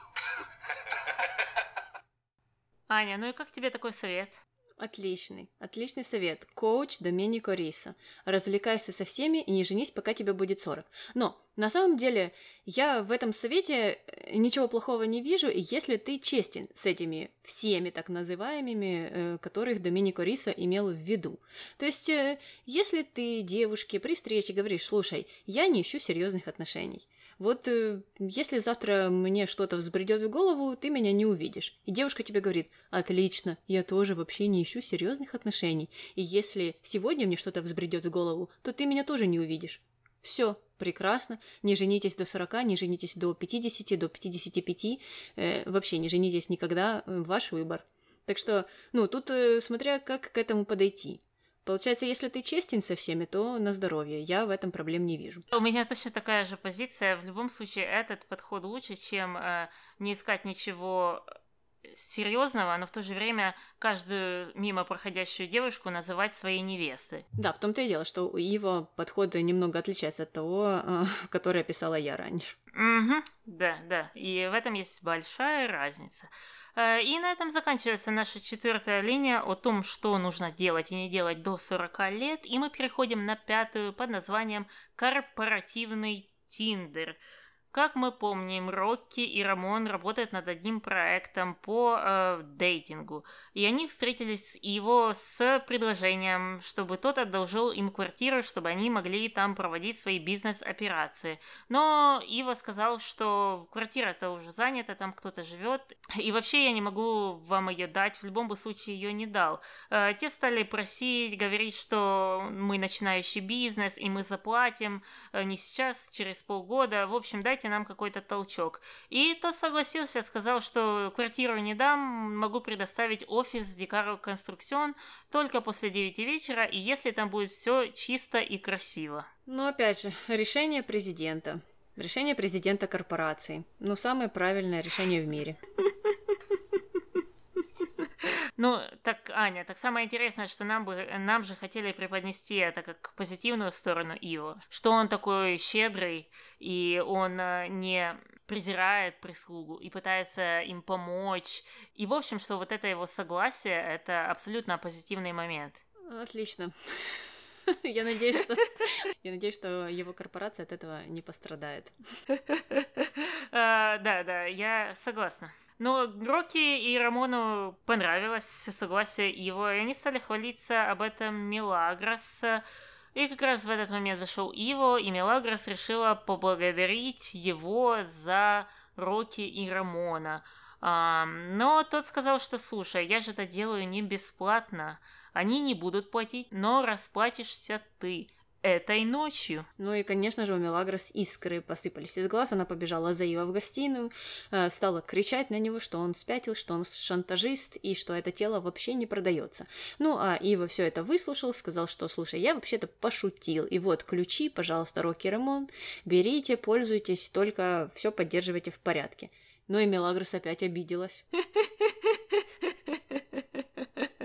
Аня, ну и как тебе такой совет? Отличный, отличный совет. Коуч Доминико Риса. Развлекайся со всеми и не женись, пока тебе будет сорок. Но, на самом деле, я в этом совете ничего плохого не вижу, если ты честен с этими всеми так называемыми, э, которых Доминико Риса имел в виду. То есть, э, если ты девушке при встрече говоришь: слушай, я не ищу серьезных отношений. Вот э, если завтра мне что-то взбредет в голову, ты меня не увидишь. И девушка тебе говорит: отлично, я тоже вообще не ищу серьезных отношений. И если сегодня мне что-то взбредет в голову, то ты меня тоже не увидишь. Все, прекрасно. Не женитесь до сорока, не женитесь до пятидесяти, до пятидесяти пяти. Э, вообще не женитесь никогда, э, ваш выбор. Так что, ну, тут э, смотря как к этому подойти. Получается, если ты честен со всеми, то на здоровье. Я в этом проблем не вижу. У меня точно такая же позиция. В любом случае, этот подход лучше, чем э, не искать ничего серьезного, но в то же время каждую мимо проходящую девушку называть своей невестой. Да, в том-то и дело, что его подход немного отличается от того, э, который описала я раньше. Угу, да, да. И в этом есть большая разница. И на этом заканчивается наша четвертая линия о том, что нужно делать и не делать до сорока лет. И мы переходим на пятую под названием «Корпоративный Тиндер». Как мы помним, Рокки и Рамон работают над одним проектом по э, дейтингу. И они встретились его с предложением, чтобы тот одолжил им квартиру, чтобы они могли там проводить свои бизнес-операции. Но Иво сказал, что квартира-то уже занята, там кто-то живет. И вообще я не могу вам ее дать, в любом бы случае ее не дал. Э, те стали просить, говорить, что мы начинающий бизнес, и мы заплатим э, не сейчас, через полгода. В общем, дайте нам какой-то толчок. И тот согласился, сказал, что квартиру не дам, могу предоставить офис Дикаро Конструкцион только после девяти вечера, и если там будет все чисто и красиво. Но опять же, решение президента. Решение президента корпорации. Ну, самое правильное решение в мире. Ну, так, Аня, так самое интересное, что нам, бы, нам же хотели преподнести это как позитивную сторону Иво, что он такой щедрый, и он не презирает прислугу, и пытается им помочь, и, в общем, что вот это его согласие, это абсолютно позитивный момент. Отлично. Я надеюсь, что я надеюсь, что его корпорация от этого не пострадает. Да, да, я согласна. Но Рокки и Рамону понравилось согласие Иво, и они стали хвалиться об этом Милагрос. И как раз в этот момент зашел Иво, и Милагрос решила поблагодарить его за Рокки и Рамона. А, но тот сказал, что слушай, я же это делаю не бесплатно. Они не будут платить, но расплатишься ты. Этой ночью. Ну и, конечно же, у Милагрос искры посыпались из глаз. Она побежала за Иво в гостиную, э, стала кричать на него, что он спятил, что он шантажист и что это тело вообще не продается. Ну а Иво все это выслушал, сказал, что слушай, я вообще-то пошутил. И вот ключи, пожалуйста, Рокки и Рамон, берите, пользуйтесь, только все поддерживайте в порядке. Ну и Милагрос опять обиделась.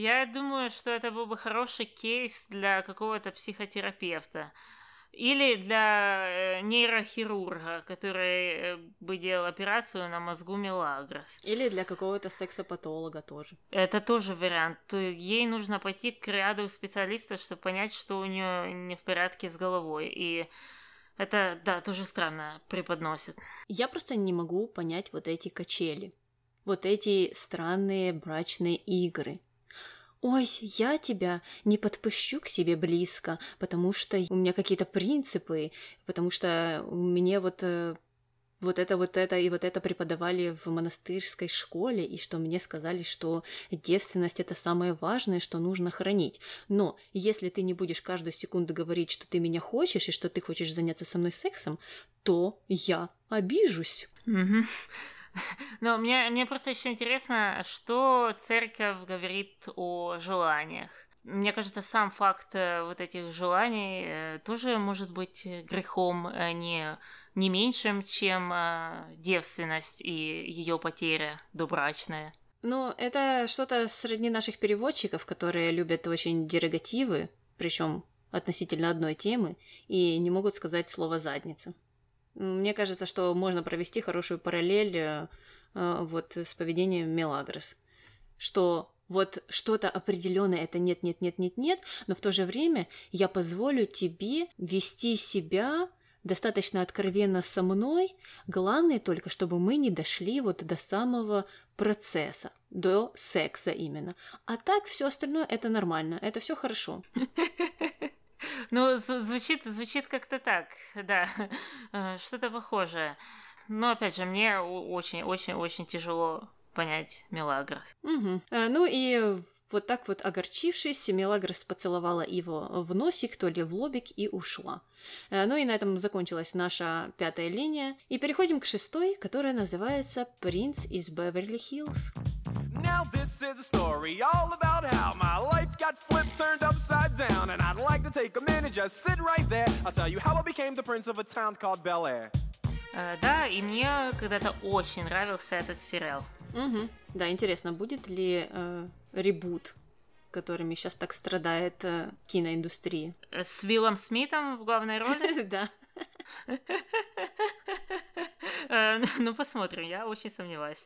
Я думаю, что это был бы хороший кейс для какого-то психотерапевта. Или для нейрохирурга, который бы делал операцию на мозгу Мелагрос. Или для какого-то сексопатолога тоже. Это тоже вариант. Ей нужно пойти к ряду специалистов, чтобы понять, что у нее не в порядке с головой. И это, да, тоже странно преподносит. Я просто не могу понять вот эти качели. Вот эти странные брачные игры. Ой, я тебя не подпущу к себе близко, потому что у меня какие-то принципы, потому что мне вот, вот это, вот это и вот это преподавали в монастырской школе, и что мне сказали, что девственность — это самое важное, что нужно хранить. Но если ты не будешь каждую секунду говорить, что ты меня хочешь и что ты хочешь заняться со мной сексом, то я обижусь. Mm-hmm. Но мне, мне просто еще интересно, что церковь говорит о желаниях. Мне кажется, сам факт вот этих желаний тоже может быть грехом не, не меньшим, чем девственность и ее потеря добрачная. Ну, это что-то сродни наших переводчиков, которые любят очень дерогативы, причем относительно одной темы, и не могут сказать слово «задница». Мне кажется, что можно провести хорошую параллель э, вот с поведением Мелагрос, что вот что-то определенное это нет, нет, нет, нет, нет, но в то же время я позволю тебе вести себя достаточно откровенно со мной, главное только, чтобы мы не дошли вот до самого процесса, до секса именно. А так все остальное это нормально, это все хорошо. Ну, звучит, звучит как-то так, да, что-то похожее. Но, опять же, мне очень-очень-очень тяжело понять Мелагрос. Угу. Ну и вот так вот огорчившись, Мелагрос поцеловала его в носик, то ли в лобик, и ушла. Ну и на этом закончилась наша пятая линия. И переходим к шестой, которая называется «Принц из Беверли-Хиллз». Now this is a story all about how my life got flipped, turned upside down, and I'd like to take a minute, just sit right there. I'll tell you how I became the prince of a town called Bel-Air. Uh, да, и мне когда-то очень нравился этот сериал. Угу. Да, интересно, будет ли э, ребут, которыми сейчас так страдает э, киноиндустрия? С Уиллом Смитом в главной роли? Да. Ну, посмотрим, я очень сомневаюсь.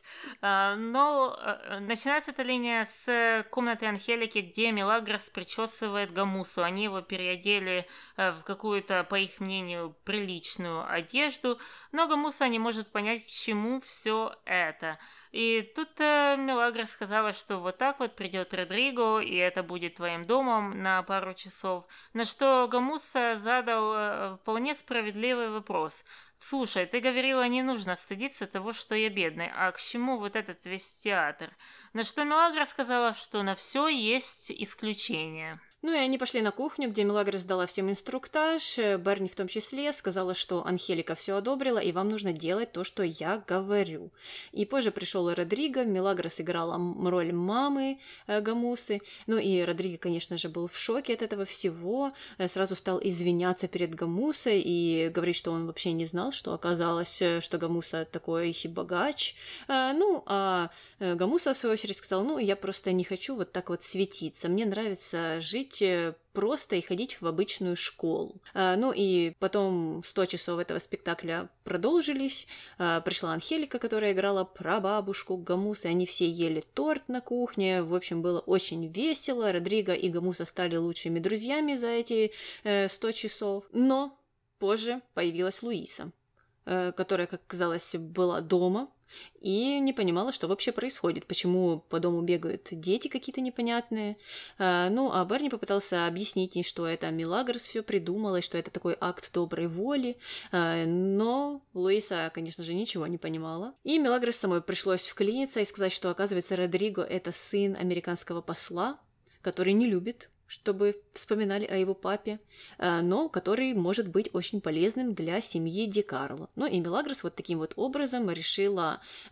Но начинается эта линия с комнаты Анхелики, где Мелагрос причесывает Гамусу. Они его переодели в какую-то, по их мнению, приличную одежду, но Гамуса не может понять, к чему все это. И тут Мелагрос сказала, что вот так вот придет Родриго, и это будет твоим домом на пару часов. На что Гамуса задал вполне справедливый вопрос. Слушай, ты говорила, не нужно стыдиться того, что я бедный, а к чему вот этот весь театр? На что Мелагрос сказала, что на все есть исключение. Ну и они пошли на кухню, где Мелагрос дала всем инструктаж, Берни в том числе, сказала, что Анхелика все одобрила, и вам нужно делать то, что я говорю. И позже пришел Родриго, Мелагрос играла роль мамы э, Гамусы, ну и Родриго, конечно же, был в шоке от этого всего, сразу стал извиняться перед Гамусой и говорить, что он вообще не знал, что оказалось, что Гамуса такой богач. Э, ну, а Гамуса, в свою очередь, сказала, ну, я просто не хочу вот так вот светиться, мне нравится жить просто и ходить в обычную школу. А, ну и потом сто часов этого спектакля продолжились. А, пришла Анхелика, которая играла прабабушку Гамусы. Они все ели торт на кухне. В общем, было очень весело. Родриго и Гамуса стали лучшими друзьями за эти э, сто часов. Но позже появилась Луиса, э, которая, как казалось, была дома и не понимала, что вообще происходит, почему по дому бегают дети какие-то непонятные. А, ну, а Берни попытался объяснить ей, что это Мелагрос все придумала, и что это такой акт доброй воли, а, но Луиса, конечно же, ничего не понимала. И Мелагрос самой пришлось вклиниться и сказать, что, оказывается, Родриго — это сын американского посла, который не любит, чтобы вспоминали о его папе, но который может быть очень полезным для семьи Ди Карло. Ну и Мелагрос вот таким вот образом решила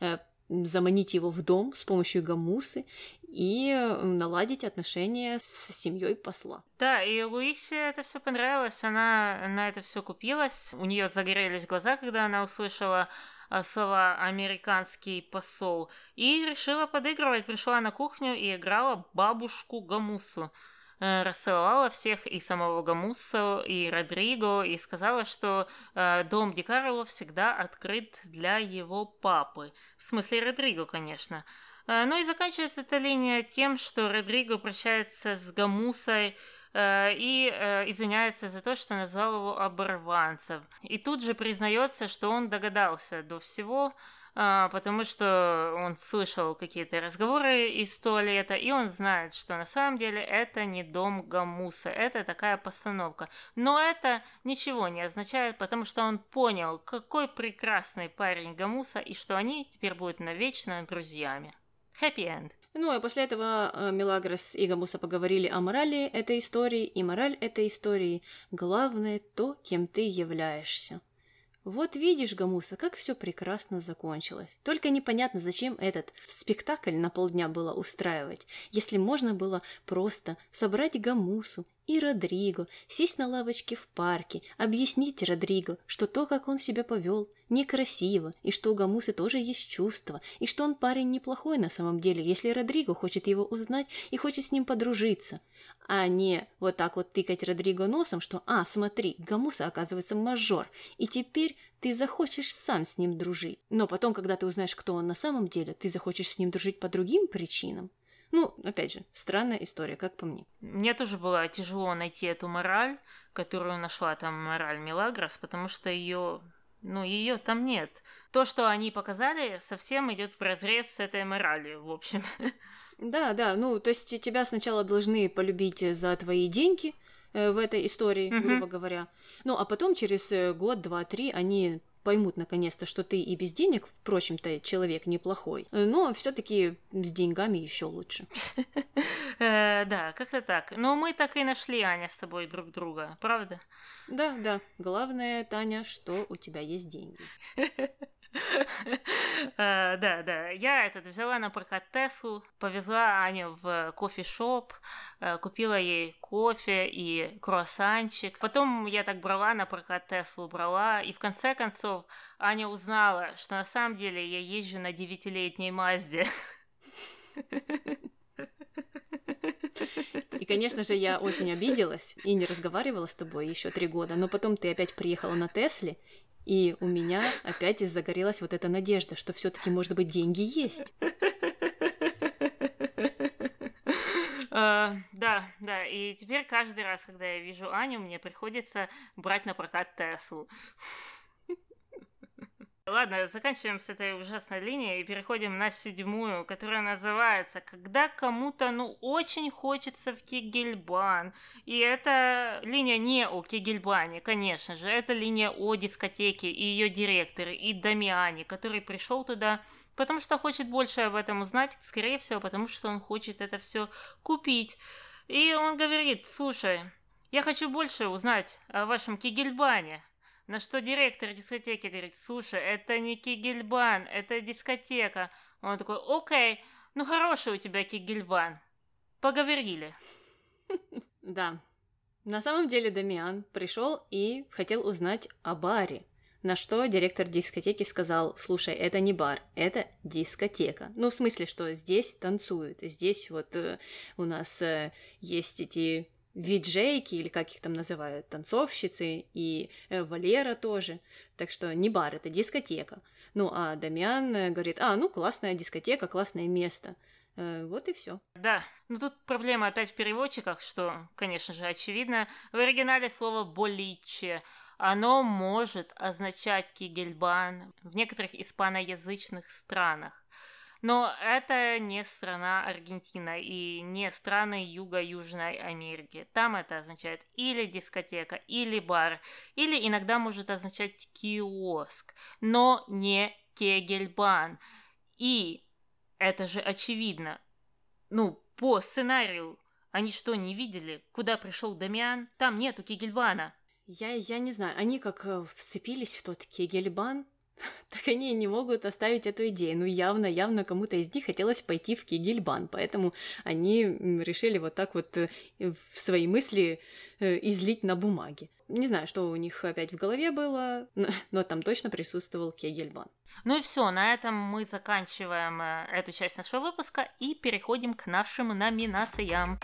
заманить его в дом с помощью гамусы и наладить отношения с семьей посла. Да, и Луисе это все понравилось, она на это все купилась, у нее загорелись глаза, когда она услышала слова «американский посол», и решила подыгрывать, пришла на кухню и играла бабушку Гамусу. Расцеловала всех, и самого Гамусу, и Родриго, и сказала, что э, дом Ди Карло всегда открыт для его папы. В смысле Родриго, конечно. Э, ну и заканчивается эта линия тем, что Родриго прощается с Гамусой э, и э, извиняется за то, что назвал его оборванцем. И тут же признается, что он догадался до всего, потому что он слышал какие-то разговоры из туалета, и он знает, что на самом деле это не дом Гамуса, это такая постановка. Но это ничего не означает, потому что он понял, какой прекрасный парень Гамуса, и что они теперь будут навечно друзьями. Happy end. Ну, а после этого Мелагрос и Гамуса поговорили о морали этой истории, и мораль этой истории — главное то, кем ты являешься. Вот видишь, Гамуса, как все прекрасно закончилось. Только непонятно, зачем этот спектакль на полдня было устраивать, если можно было просто собрать Гамусу и Родриго, сесть на лавочке в парке, объяснить Родриго, что то, как он себя повел, некрасиво, и что у Гамусы тоже есть чувства, и что он парень неплохой на самом деле, если Родриго хочет его узнать и хочет с ним подружиться, а не вот так вот тыкать Родриго носом, что «А, смотри, Гамуса оказывается мажор, и теперь ты захочешь сам с ним дружить». Но потом, когда ты узнаешь, кто он на самом деле, ты захочешь с ним дружить по другим причинам. Ну, опять же, странная история, как по мне. Мне тоже было тяжело найти эту мораль, которую нашла там мораль Мелагрос, потому что ее... Ну, ее там нет. То, что они показали, совсем идет вразрез с этой моралью, в общем. Да, да, ну, то есть тебя сначала должны полюбить за твои деньги э, в этой истории, mm-hmm. грубо говоря. Ну, а потом через год, два, три они поймут наконец-то, что ты и без денег, впрочем-то, человек неплохой, но все-таки с деньгами еще лучше. Да, как-то так. Но мы так и нашли, Аня, с тобой друг друга, правда? Да, да. Главное, Таня, что у тебя есть деньги. Uh, да, да. Я этот взяла на прокат Теслу, повезла Аню в кофешоп, uh, купила ей кофе и круассанчик. Потом я так брала на прокат Теслу, брала, и в конце концов Аня узнала, что на самом деле я езжу на девятилетней Мазде. И, конечно же, я очень обиделась и не разговаривала с тобой еще три года, но потом ты опять приехала на Тесле, и у меня опять загорелась вот эта надежда, что все-таки, может быть, деньги есть. Uh, да, да, и теперь каждый раз, когда я вижу Аню, мне приходится брать на прокат Теслу. Ладно, заканчиваем с этой ужасной линией и переходим на седьмую, которая называется «Когда кому-то, ну, очень хочется в Кегельбан». И эта линия не о Кегельбане, конечно же, это линия о дискотеке и ее директоре, и Дамиане, который пришел туда, потому что хочет больше об этом узнать, скорее всего, потому что он хочет это все купить. И он говорит: слушай, я хочу больше узнать о вашем Кегельбане. На что директор дискотеки говорит: слушай, это не Кегельбан, это дискотека. Он такой: окей, ну хороший у тебя Кегельбан. Поговорили. Да. На самом деле Дамиан пришел и хотел узнать о баре. На что директор дискотеки сказал: слушай, это не бар, это дискотека. Ну, в смысле, что здесь танцуют. Здесь вот э, у нас э, есть эти... виджейки, или как их там называют, танцовщицы, и э, Валера тоже. Так что не бар, это дискотека. Ну, а Дамиан э, говорит: а, ну, классная дискотека, классное место. Э, вот и все. Да, но тут проблема опять в переводчиках, что, конечно же, очевидно. В оригинале слово «боличе», оно может означать Кегельбан в некоторых испаноязычных странах. Но это не страна Аргентина и не страны Юго-Южной Америки. Там это означает или дискотека, или бар, или иногда может означать киоск, но не Кегельбан. И это же очевидно. Ну, по сценарию, они что, не видели, куда пришел Дамиан? Там нету Кегельбана. Я, я не знаю, они как вцепились в тот Кегельбан, так они не могут оставить эту идею. Ну, явно, явно кому-то из них хотелось пойти в Кегельбан, поэтому они решили вот так вот свои мысли излить на бумаге. Не знаю, что у них опять в голове было, но там точно присутствовал Кегельбан. Ну и все, на этом мы заканчиваем эту часть нашего выпуска и переходим к нашим номинациям.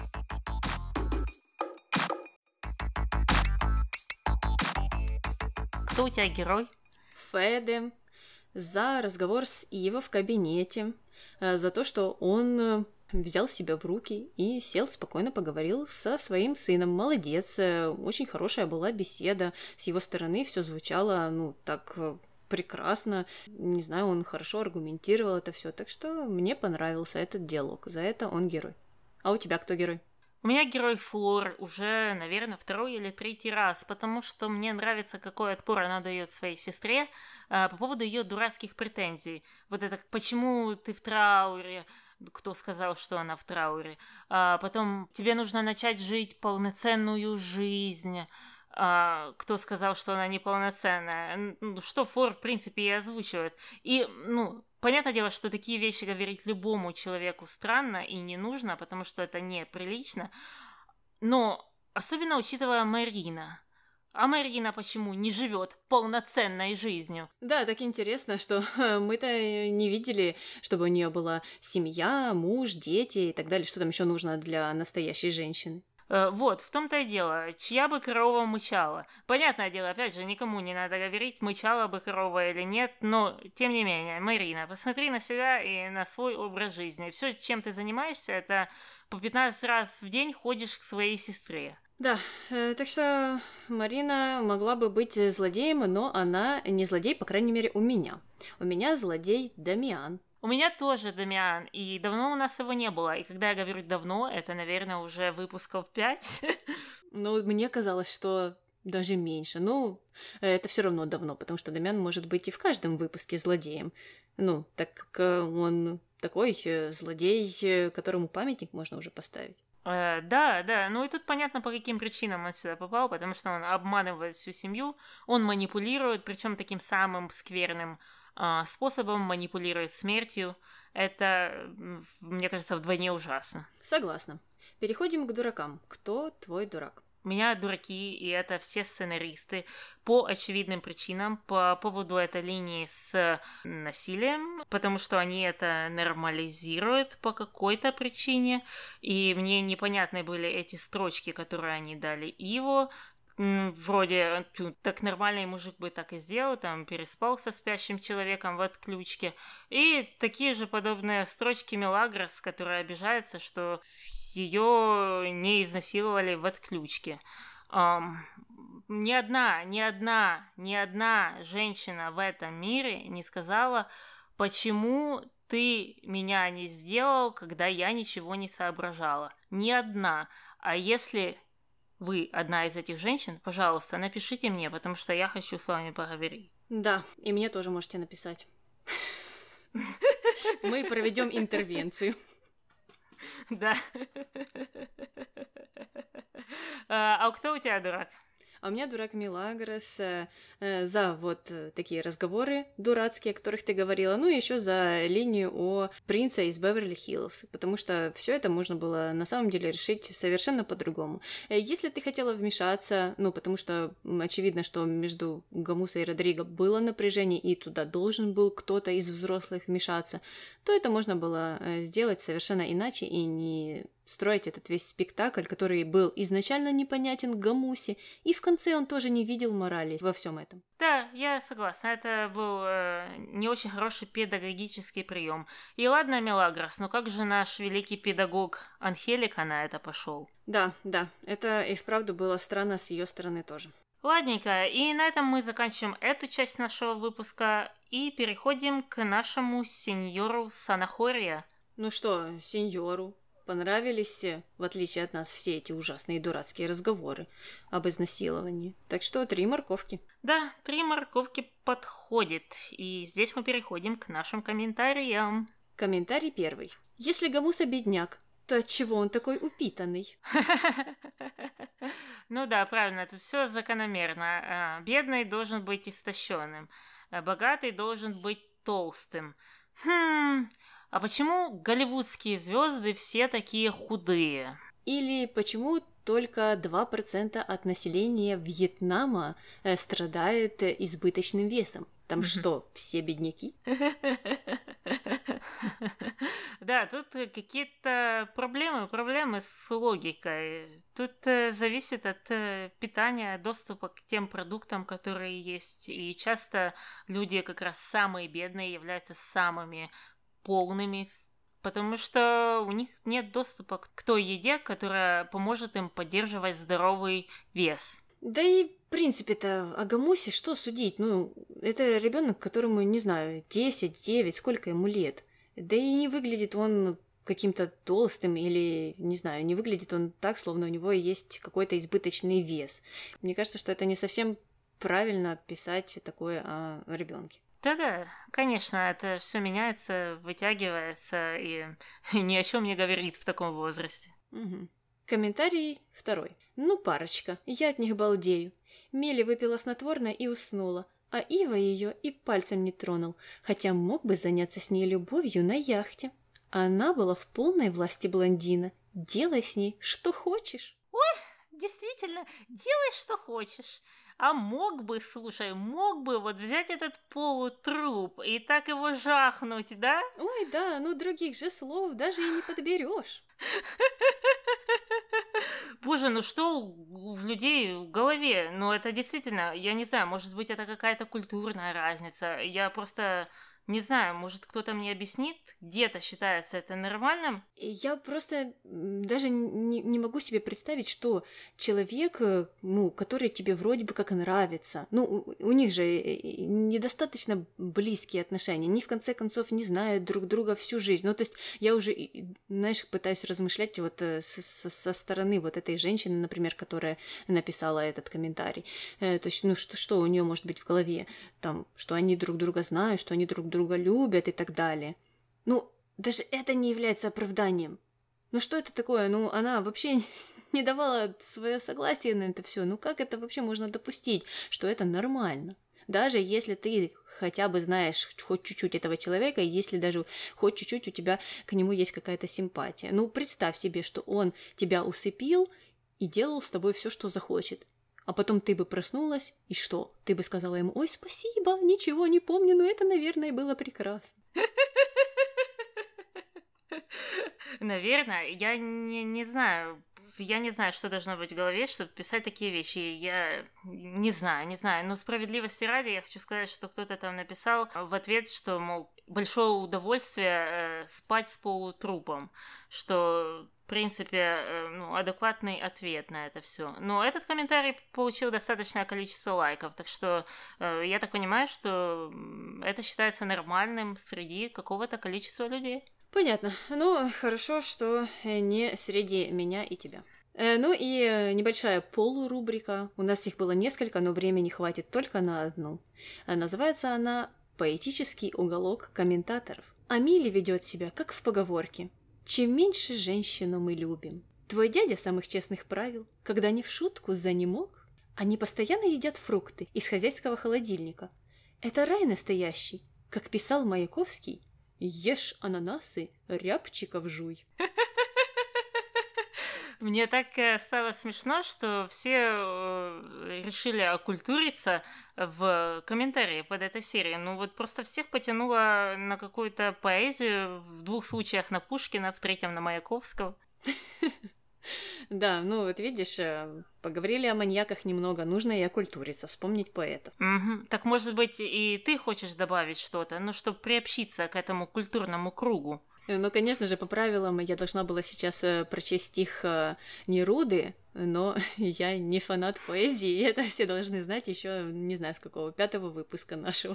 Кто у тебя герой? Феде за разговор с Иво в кабинете, за то, что он взял себя в руки и сел, спокойно поговорил со своим сыном. Молодец, очень хорошая была беседа. С его стороны все звучало, ну, так прекрасно. Не знаю, он хорошо аргументировал это все, так что мне понравился этот диалог. За это он герой. А у тебя кто герой? У меня герой Флор уже, наверное, второй или третий раз, потому что мне нравится, какой отпор она дает своей сестре а, по поводу ее дурацких претензий. Вот это «почему ты в трауре?» Кто сказал, что она в трауре? А потом «тебе нужно начать жить полноценную жизнь». А, кто сказал, что она неполноценная? Что Флор, в принципе, и озвучивает. И, ну... Понятное дело, что такие вещи говорить любому человеку странно и не нужно, потому что это неприлично. Но особенно учитывая Марина. А Марина почему не живет полноценной жизнью? Да, так интересно, что мы-то не видели, чтобы у нее была семья, муж, дети и так далее. Что там еще нужно для настоящей женщины? Вот, в том-то и дело, чья бы корова мычала. Понятное дело, опять же, никому не надо говорить, мычала бы корова или нет, но, тем не менее, Марина, посмотри на себя и на свой образ жизни. Все, чем ты занимаешься, это по пятнадцать раз в день ходишь к своей сестре. Да, э, так что Марина могла бы быть злодеем, но она не злодей, по крайней мере, у меня. У меня злодей Дамиан. У меня тоже Дамиан, и давно у нас его не было. И когда я говорю «давно», это, наверное, уже выпусков пять. Ну, мне казалось, что даже меньше. Ну, это все равно давно, потому что Дамиан может быть и в каждом выпуске злодеем. Ну, так как он такой злодей, которому памятник можно уже поставить. Э, да, да, ну и тут понятно, по каким причинам он сюда попал, потому что он обманывает всю семью, он манипулирует, причем таким самым скверным способом, манипулирует смертью. Это, мне кажется, вдвойне ужасно. Согласна. Переходим к дуракам. Кто твой дурак? У меня дураки, и это все сценаристы, по очевидным причинам, по поводу этой линии с насилием, потому что они это нормализируют по какой-то причине, и мне непонятны были эти строчки, которые они дали Иво. Вроде, так нормальный мужик бы так и сделал, там, переспал со спящим человеком в отключке. И такие же подобные строчки Мелагрос, которая обижается, что ее не изнасиловали в отключке. Um, ни одна, ни одна, ни одна женщина в этом мире не сказала, почему ты меня не сделал, когда я ничего не соображала. Ни одна. А если... вы одна из этих женщин, пожалуйста, напишите мне, потому что я хочу с вами поговорить. Да, и мне тоже можете написать. Мы проведем интервенцию. Да. А кто у тебя дурак? А у меня дурак Мелагрос э, э, за вот э, такие разговоры дурацкие, о которых ты говорила, ну и еще за линию о принце из Беверли-Хиллз, потому что все это можно было на самом деле решить совершенно по-другому. Э, если ты хотела вмешаться, ну потому что очевидно, что между Гамусой и Родриго было напряжение, и туда должен был кто-то из взрослых вмешаться, то это можно было э, сделать совершенно иначе и не... строить этот весь спектакль, который был изначально непонятен Гамусе, и в конце он тоже не видел морали во всем этом. Да, я согласна, это был э, не очень хороший педагогический прием. И ладно, Мелагрос, но как же наш великий педагог Анхелика на это пошел? Да, да, это и вправду было странно с ее стороны тоже. Ладненько, и на этом мы заканчиваем эту часть нашего выпуска и переходим к нашему сеньору Санахория. Ну что, сеньору, понравились, в отличие от нас, все эти ужасные дурацкие разговоры об изнасиловании. Так что три морковки. Да, три морковки подходит. И здесь мы переходим к нашим комментариям. Комментарий первый. Если Гамуса бедняк, то отчего он такой упитанный? Ну да, правильно, это все закономерно. Бедный должен быть истощенным. богатый должен быть толстым. Хм, а почему голливудские звезды все такие худые? Или почему только два процента от населения Вьетнама э, страдает э, избыточным весом? Там что, все бедняки? Да, тут какие-то проблемы, проблемы с логикой. Тут э, зависит от э, питания, доступа к тем продуктам, которые есть. И часто люди, как раз самые бедные, являются самыми полными, потому что у них нет доступа к той еде, которая поможет им поддерживать здоровый вес. Да и, в принципе-то, о Гамусе что судить? Ну, это ребенок, которому, не знаю, десять, девять, сколько ему лет. Да и не выглядит он каким-то толстым или, не знаю, не выглядит он так, словно у него есть какой-то избыточный вес. Мне кажется, что это не совсем правильно писать такое о ребенке. Да-да, конечно, это все меняется, вытягивается и ни о чем не говорит в таком возрасте. Угу. Комментарий второй. Ну, парочка, я от них балдею. Мели выпила снотворное и уснула, а Ива ее и пальцем не тронул, хотя мог бы заняться с ней любовью на яхте. Она была в полной власти блондина. Делай с ней что хочешь. Ой, действительно, делай что хочешь. А мог бы, слушай, мог бы вот взять этот полутруп и так его жахнуть, да? Ой, да, ну других же слов даже и не подберешь. Боже, ну что у людей в голове? Ну это действительно, я не знаю, может быть это какая-то культурная разница. Я просто не знаю, может кто-то мне объяснит, где-то считается это нормальным? Я просто даже не, не могу себе представить, что человек, ну, который тебе вроде бы как нравится, ну, у, у них же недостаточно близкие отношения, они в конце концов не знают друг друга всю жизнь. Ну, то есть я уже, знаешь, пытаюсь размышлять вот со, со стороны вот этой женщины, например, которая написала этот комментарий. То есть, ну, что, что у нее может быть в голове? Там, что они друг друга знают, что они друг друга любят и так далее. Ну, даже это не является оправданием. Ну, что это такое? Ну, она вообще не давала свое согласие на это все. Ну, как это вообще можно допустить, что это нормально? Даже если ты хотя бы знаешь хоть чуть-чуть этого человека, если даже хоть чуть-чуть у тебя к нему есть какая-то симпатия. Ну, представь себе, что он тебя усыпил и делал с тобой все, что захочет. А потом ты бы проснулась, и что? Ты бы сказала ему: «Ой, спасибо, ничего не помню, но это, наверное, было прекрасно». Наверное, я не, не знаю, я не знаю, что должно быть в голове, чтобы писать такие вещи. Я не знаю, не знаю. Но справедливости ради я хочу сказать, что кто-то там написал в ответ, что, мол, большое удовольствие э, спать с полутрупом, что, в принципе, э, ну, адекватный ответ на это все. Но этот комментарий получил достаточное количество лайков, так что э, я так понимаю, что это считается нормальным среди какого-то количества людей. Понятно. Ну, хорошо, что не среди меня и тебя. Э, ну и небольшая полурубрика. У нас их было несколько, но времени хватит только на одну. Называется она «Поэтический уголок комментаторов». А Милли ведет себя, как в поговорке: «Чем меньше женщину мы любим». Твой дядя самых честных правил, когда не в шутку занемог, они постоянно едят фрукты из хозяйского холодильника. Это рай настоящий, как писал Маяковский. Ешь ананасы, рябчиков жуй. Мне так стало смешно, что все решили окультуриться в комментарии под этой серией. Ну вот просто всех потянуло на какую-то поэзию, в двух случаях на Пушкина, в третьем на Маяковского. Да, ну вот видишь, поговорили о маньяках немного, нужно и окультуриться, вспомнить поэтов. Угу. Так может быть и ты хочешь добавить что-то, ну чтобы приобщиться к этому культурному кругу? Ну, конечно же, по правилам я должна была сейчас прочесть стих Неруды, но я не фанат поэзии, и это все должны знать еще, не знаю, с какого, пятого выпуска нашего.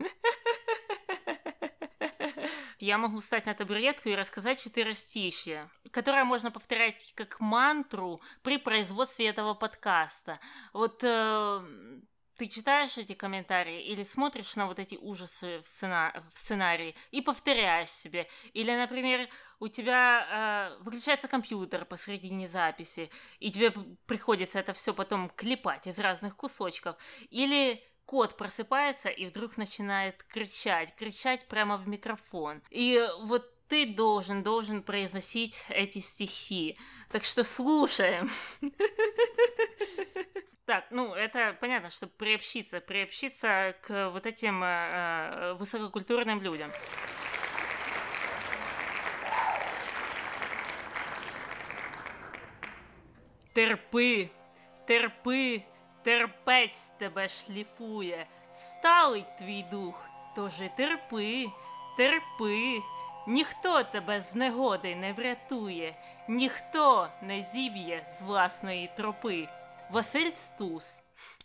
Я могу встать на табуретку и рассказать четверостишье, которое можно повторять как мантру при производстве этого подкаста. Вот э, ты читаешь эти комментарии или смотришь на вот эти ужасы в, сцена... в сценарии и повторяешь себе. Или, например, у тебя э, выключается компьютер посредине записи, и тебе приходится это все потом клепать из разных кусочков. Или кот просыпается и вдруг начинает кричать, кричать прямо в микрофон. И вот ты должен, должен произносить эти стихи. Так что слушаем. Так, ну, это понятно, что приобщиться, приобщиться к вот этим э, высококультурным людям. Терпи, терпи, терпець тебе шліфує, сталий твій дух, тож і терпи, терпи. Ніхто тебе з негоди не врятує, ніхто не зіб'є з власної тропи. Василь Стус.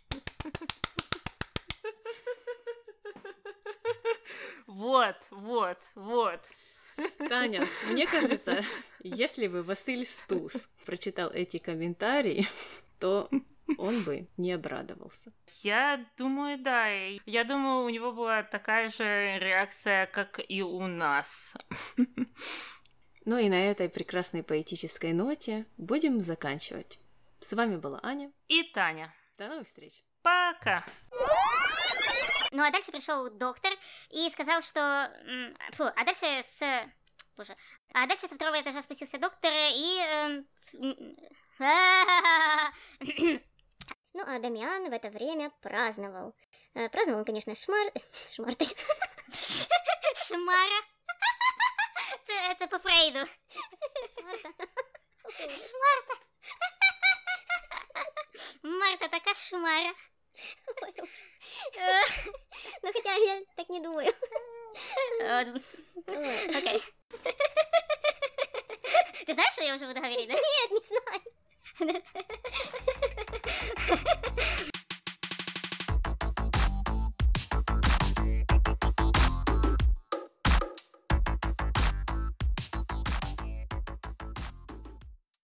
Вот, вот, вот. Таня, мне кажется, если бы Василь Стус прочитал эти комментарии, то он бы не обрадовался. Я думаю, да. Я думаю, у него была такая же реакция, как и у нас. Ну и на этой прекрасной поэтической ноте будем заканчивать. С вами была Аня и Таня. До новых встреч. Пока. Ну а дальше пришел доктор и сказал, что... Фу, а дальше с... Боже. А дальше со второго этажа спустился доктор и... Ну, а Дамиан в это время праздновал. Праздновал он, конечно, шмар... Шмартель. Шмара. Это по Фрейду. Шмарта. Шмарта. Марта такая шмара. Ну, хотя я так не думаю. Окей. Ты знаешь, что я уже буду говорить, да? Нет, не знаю.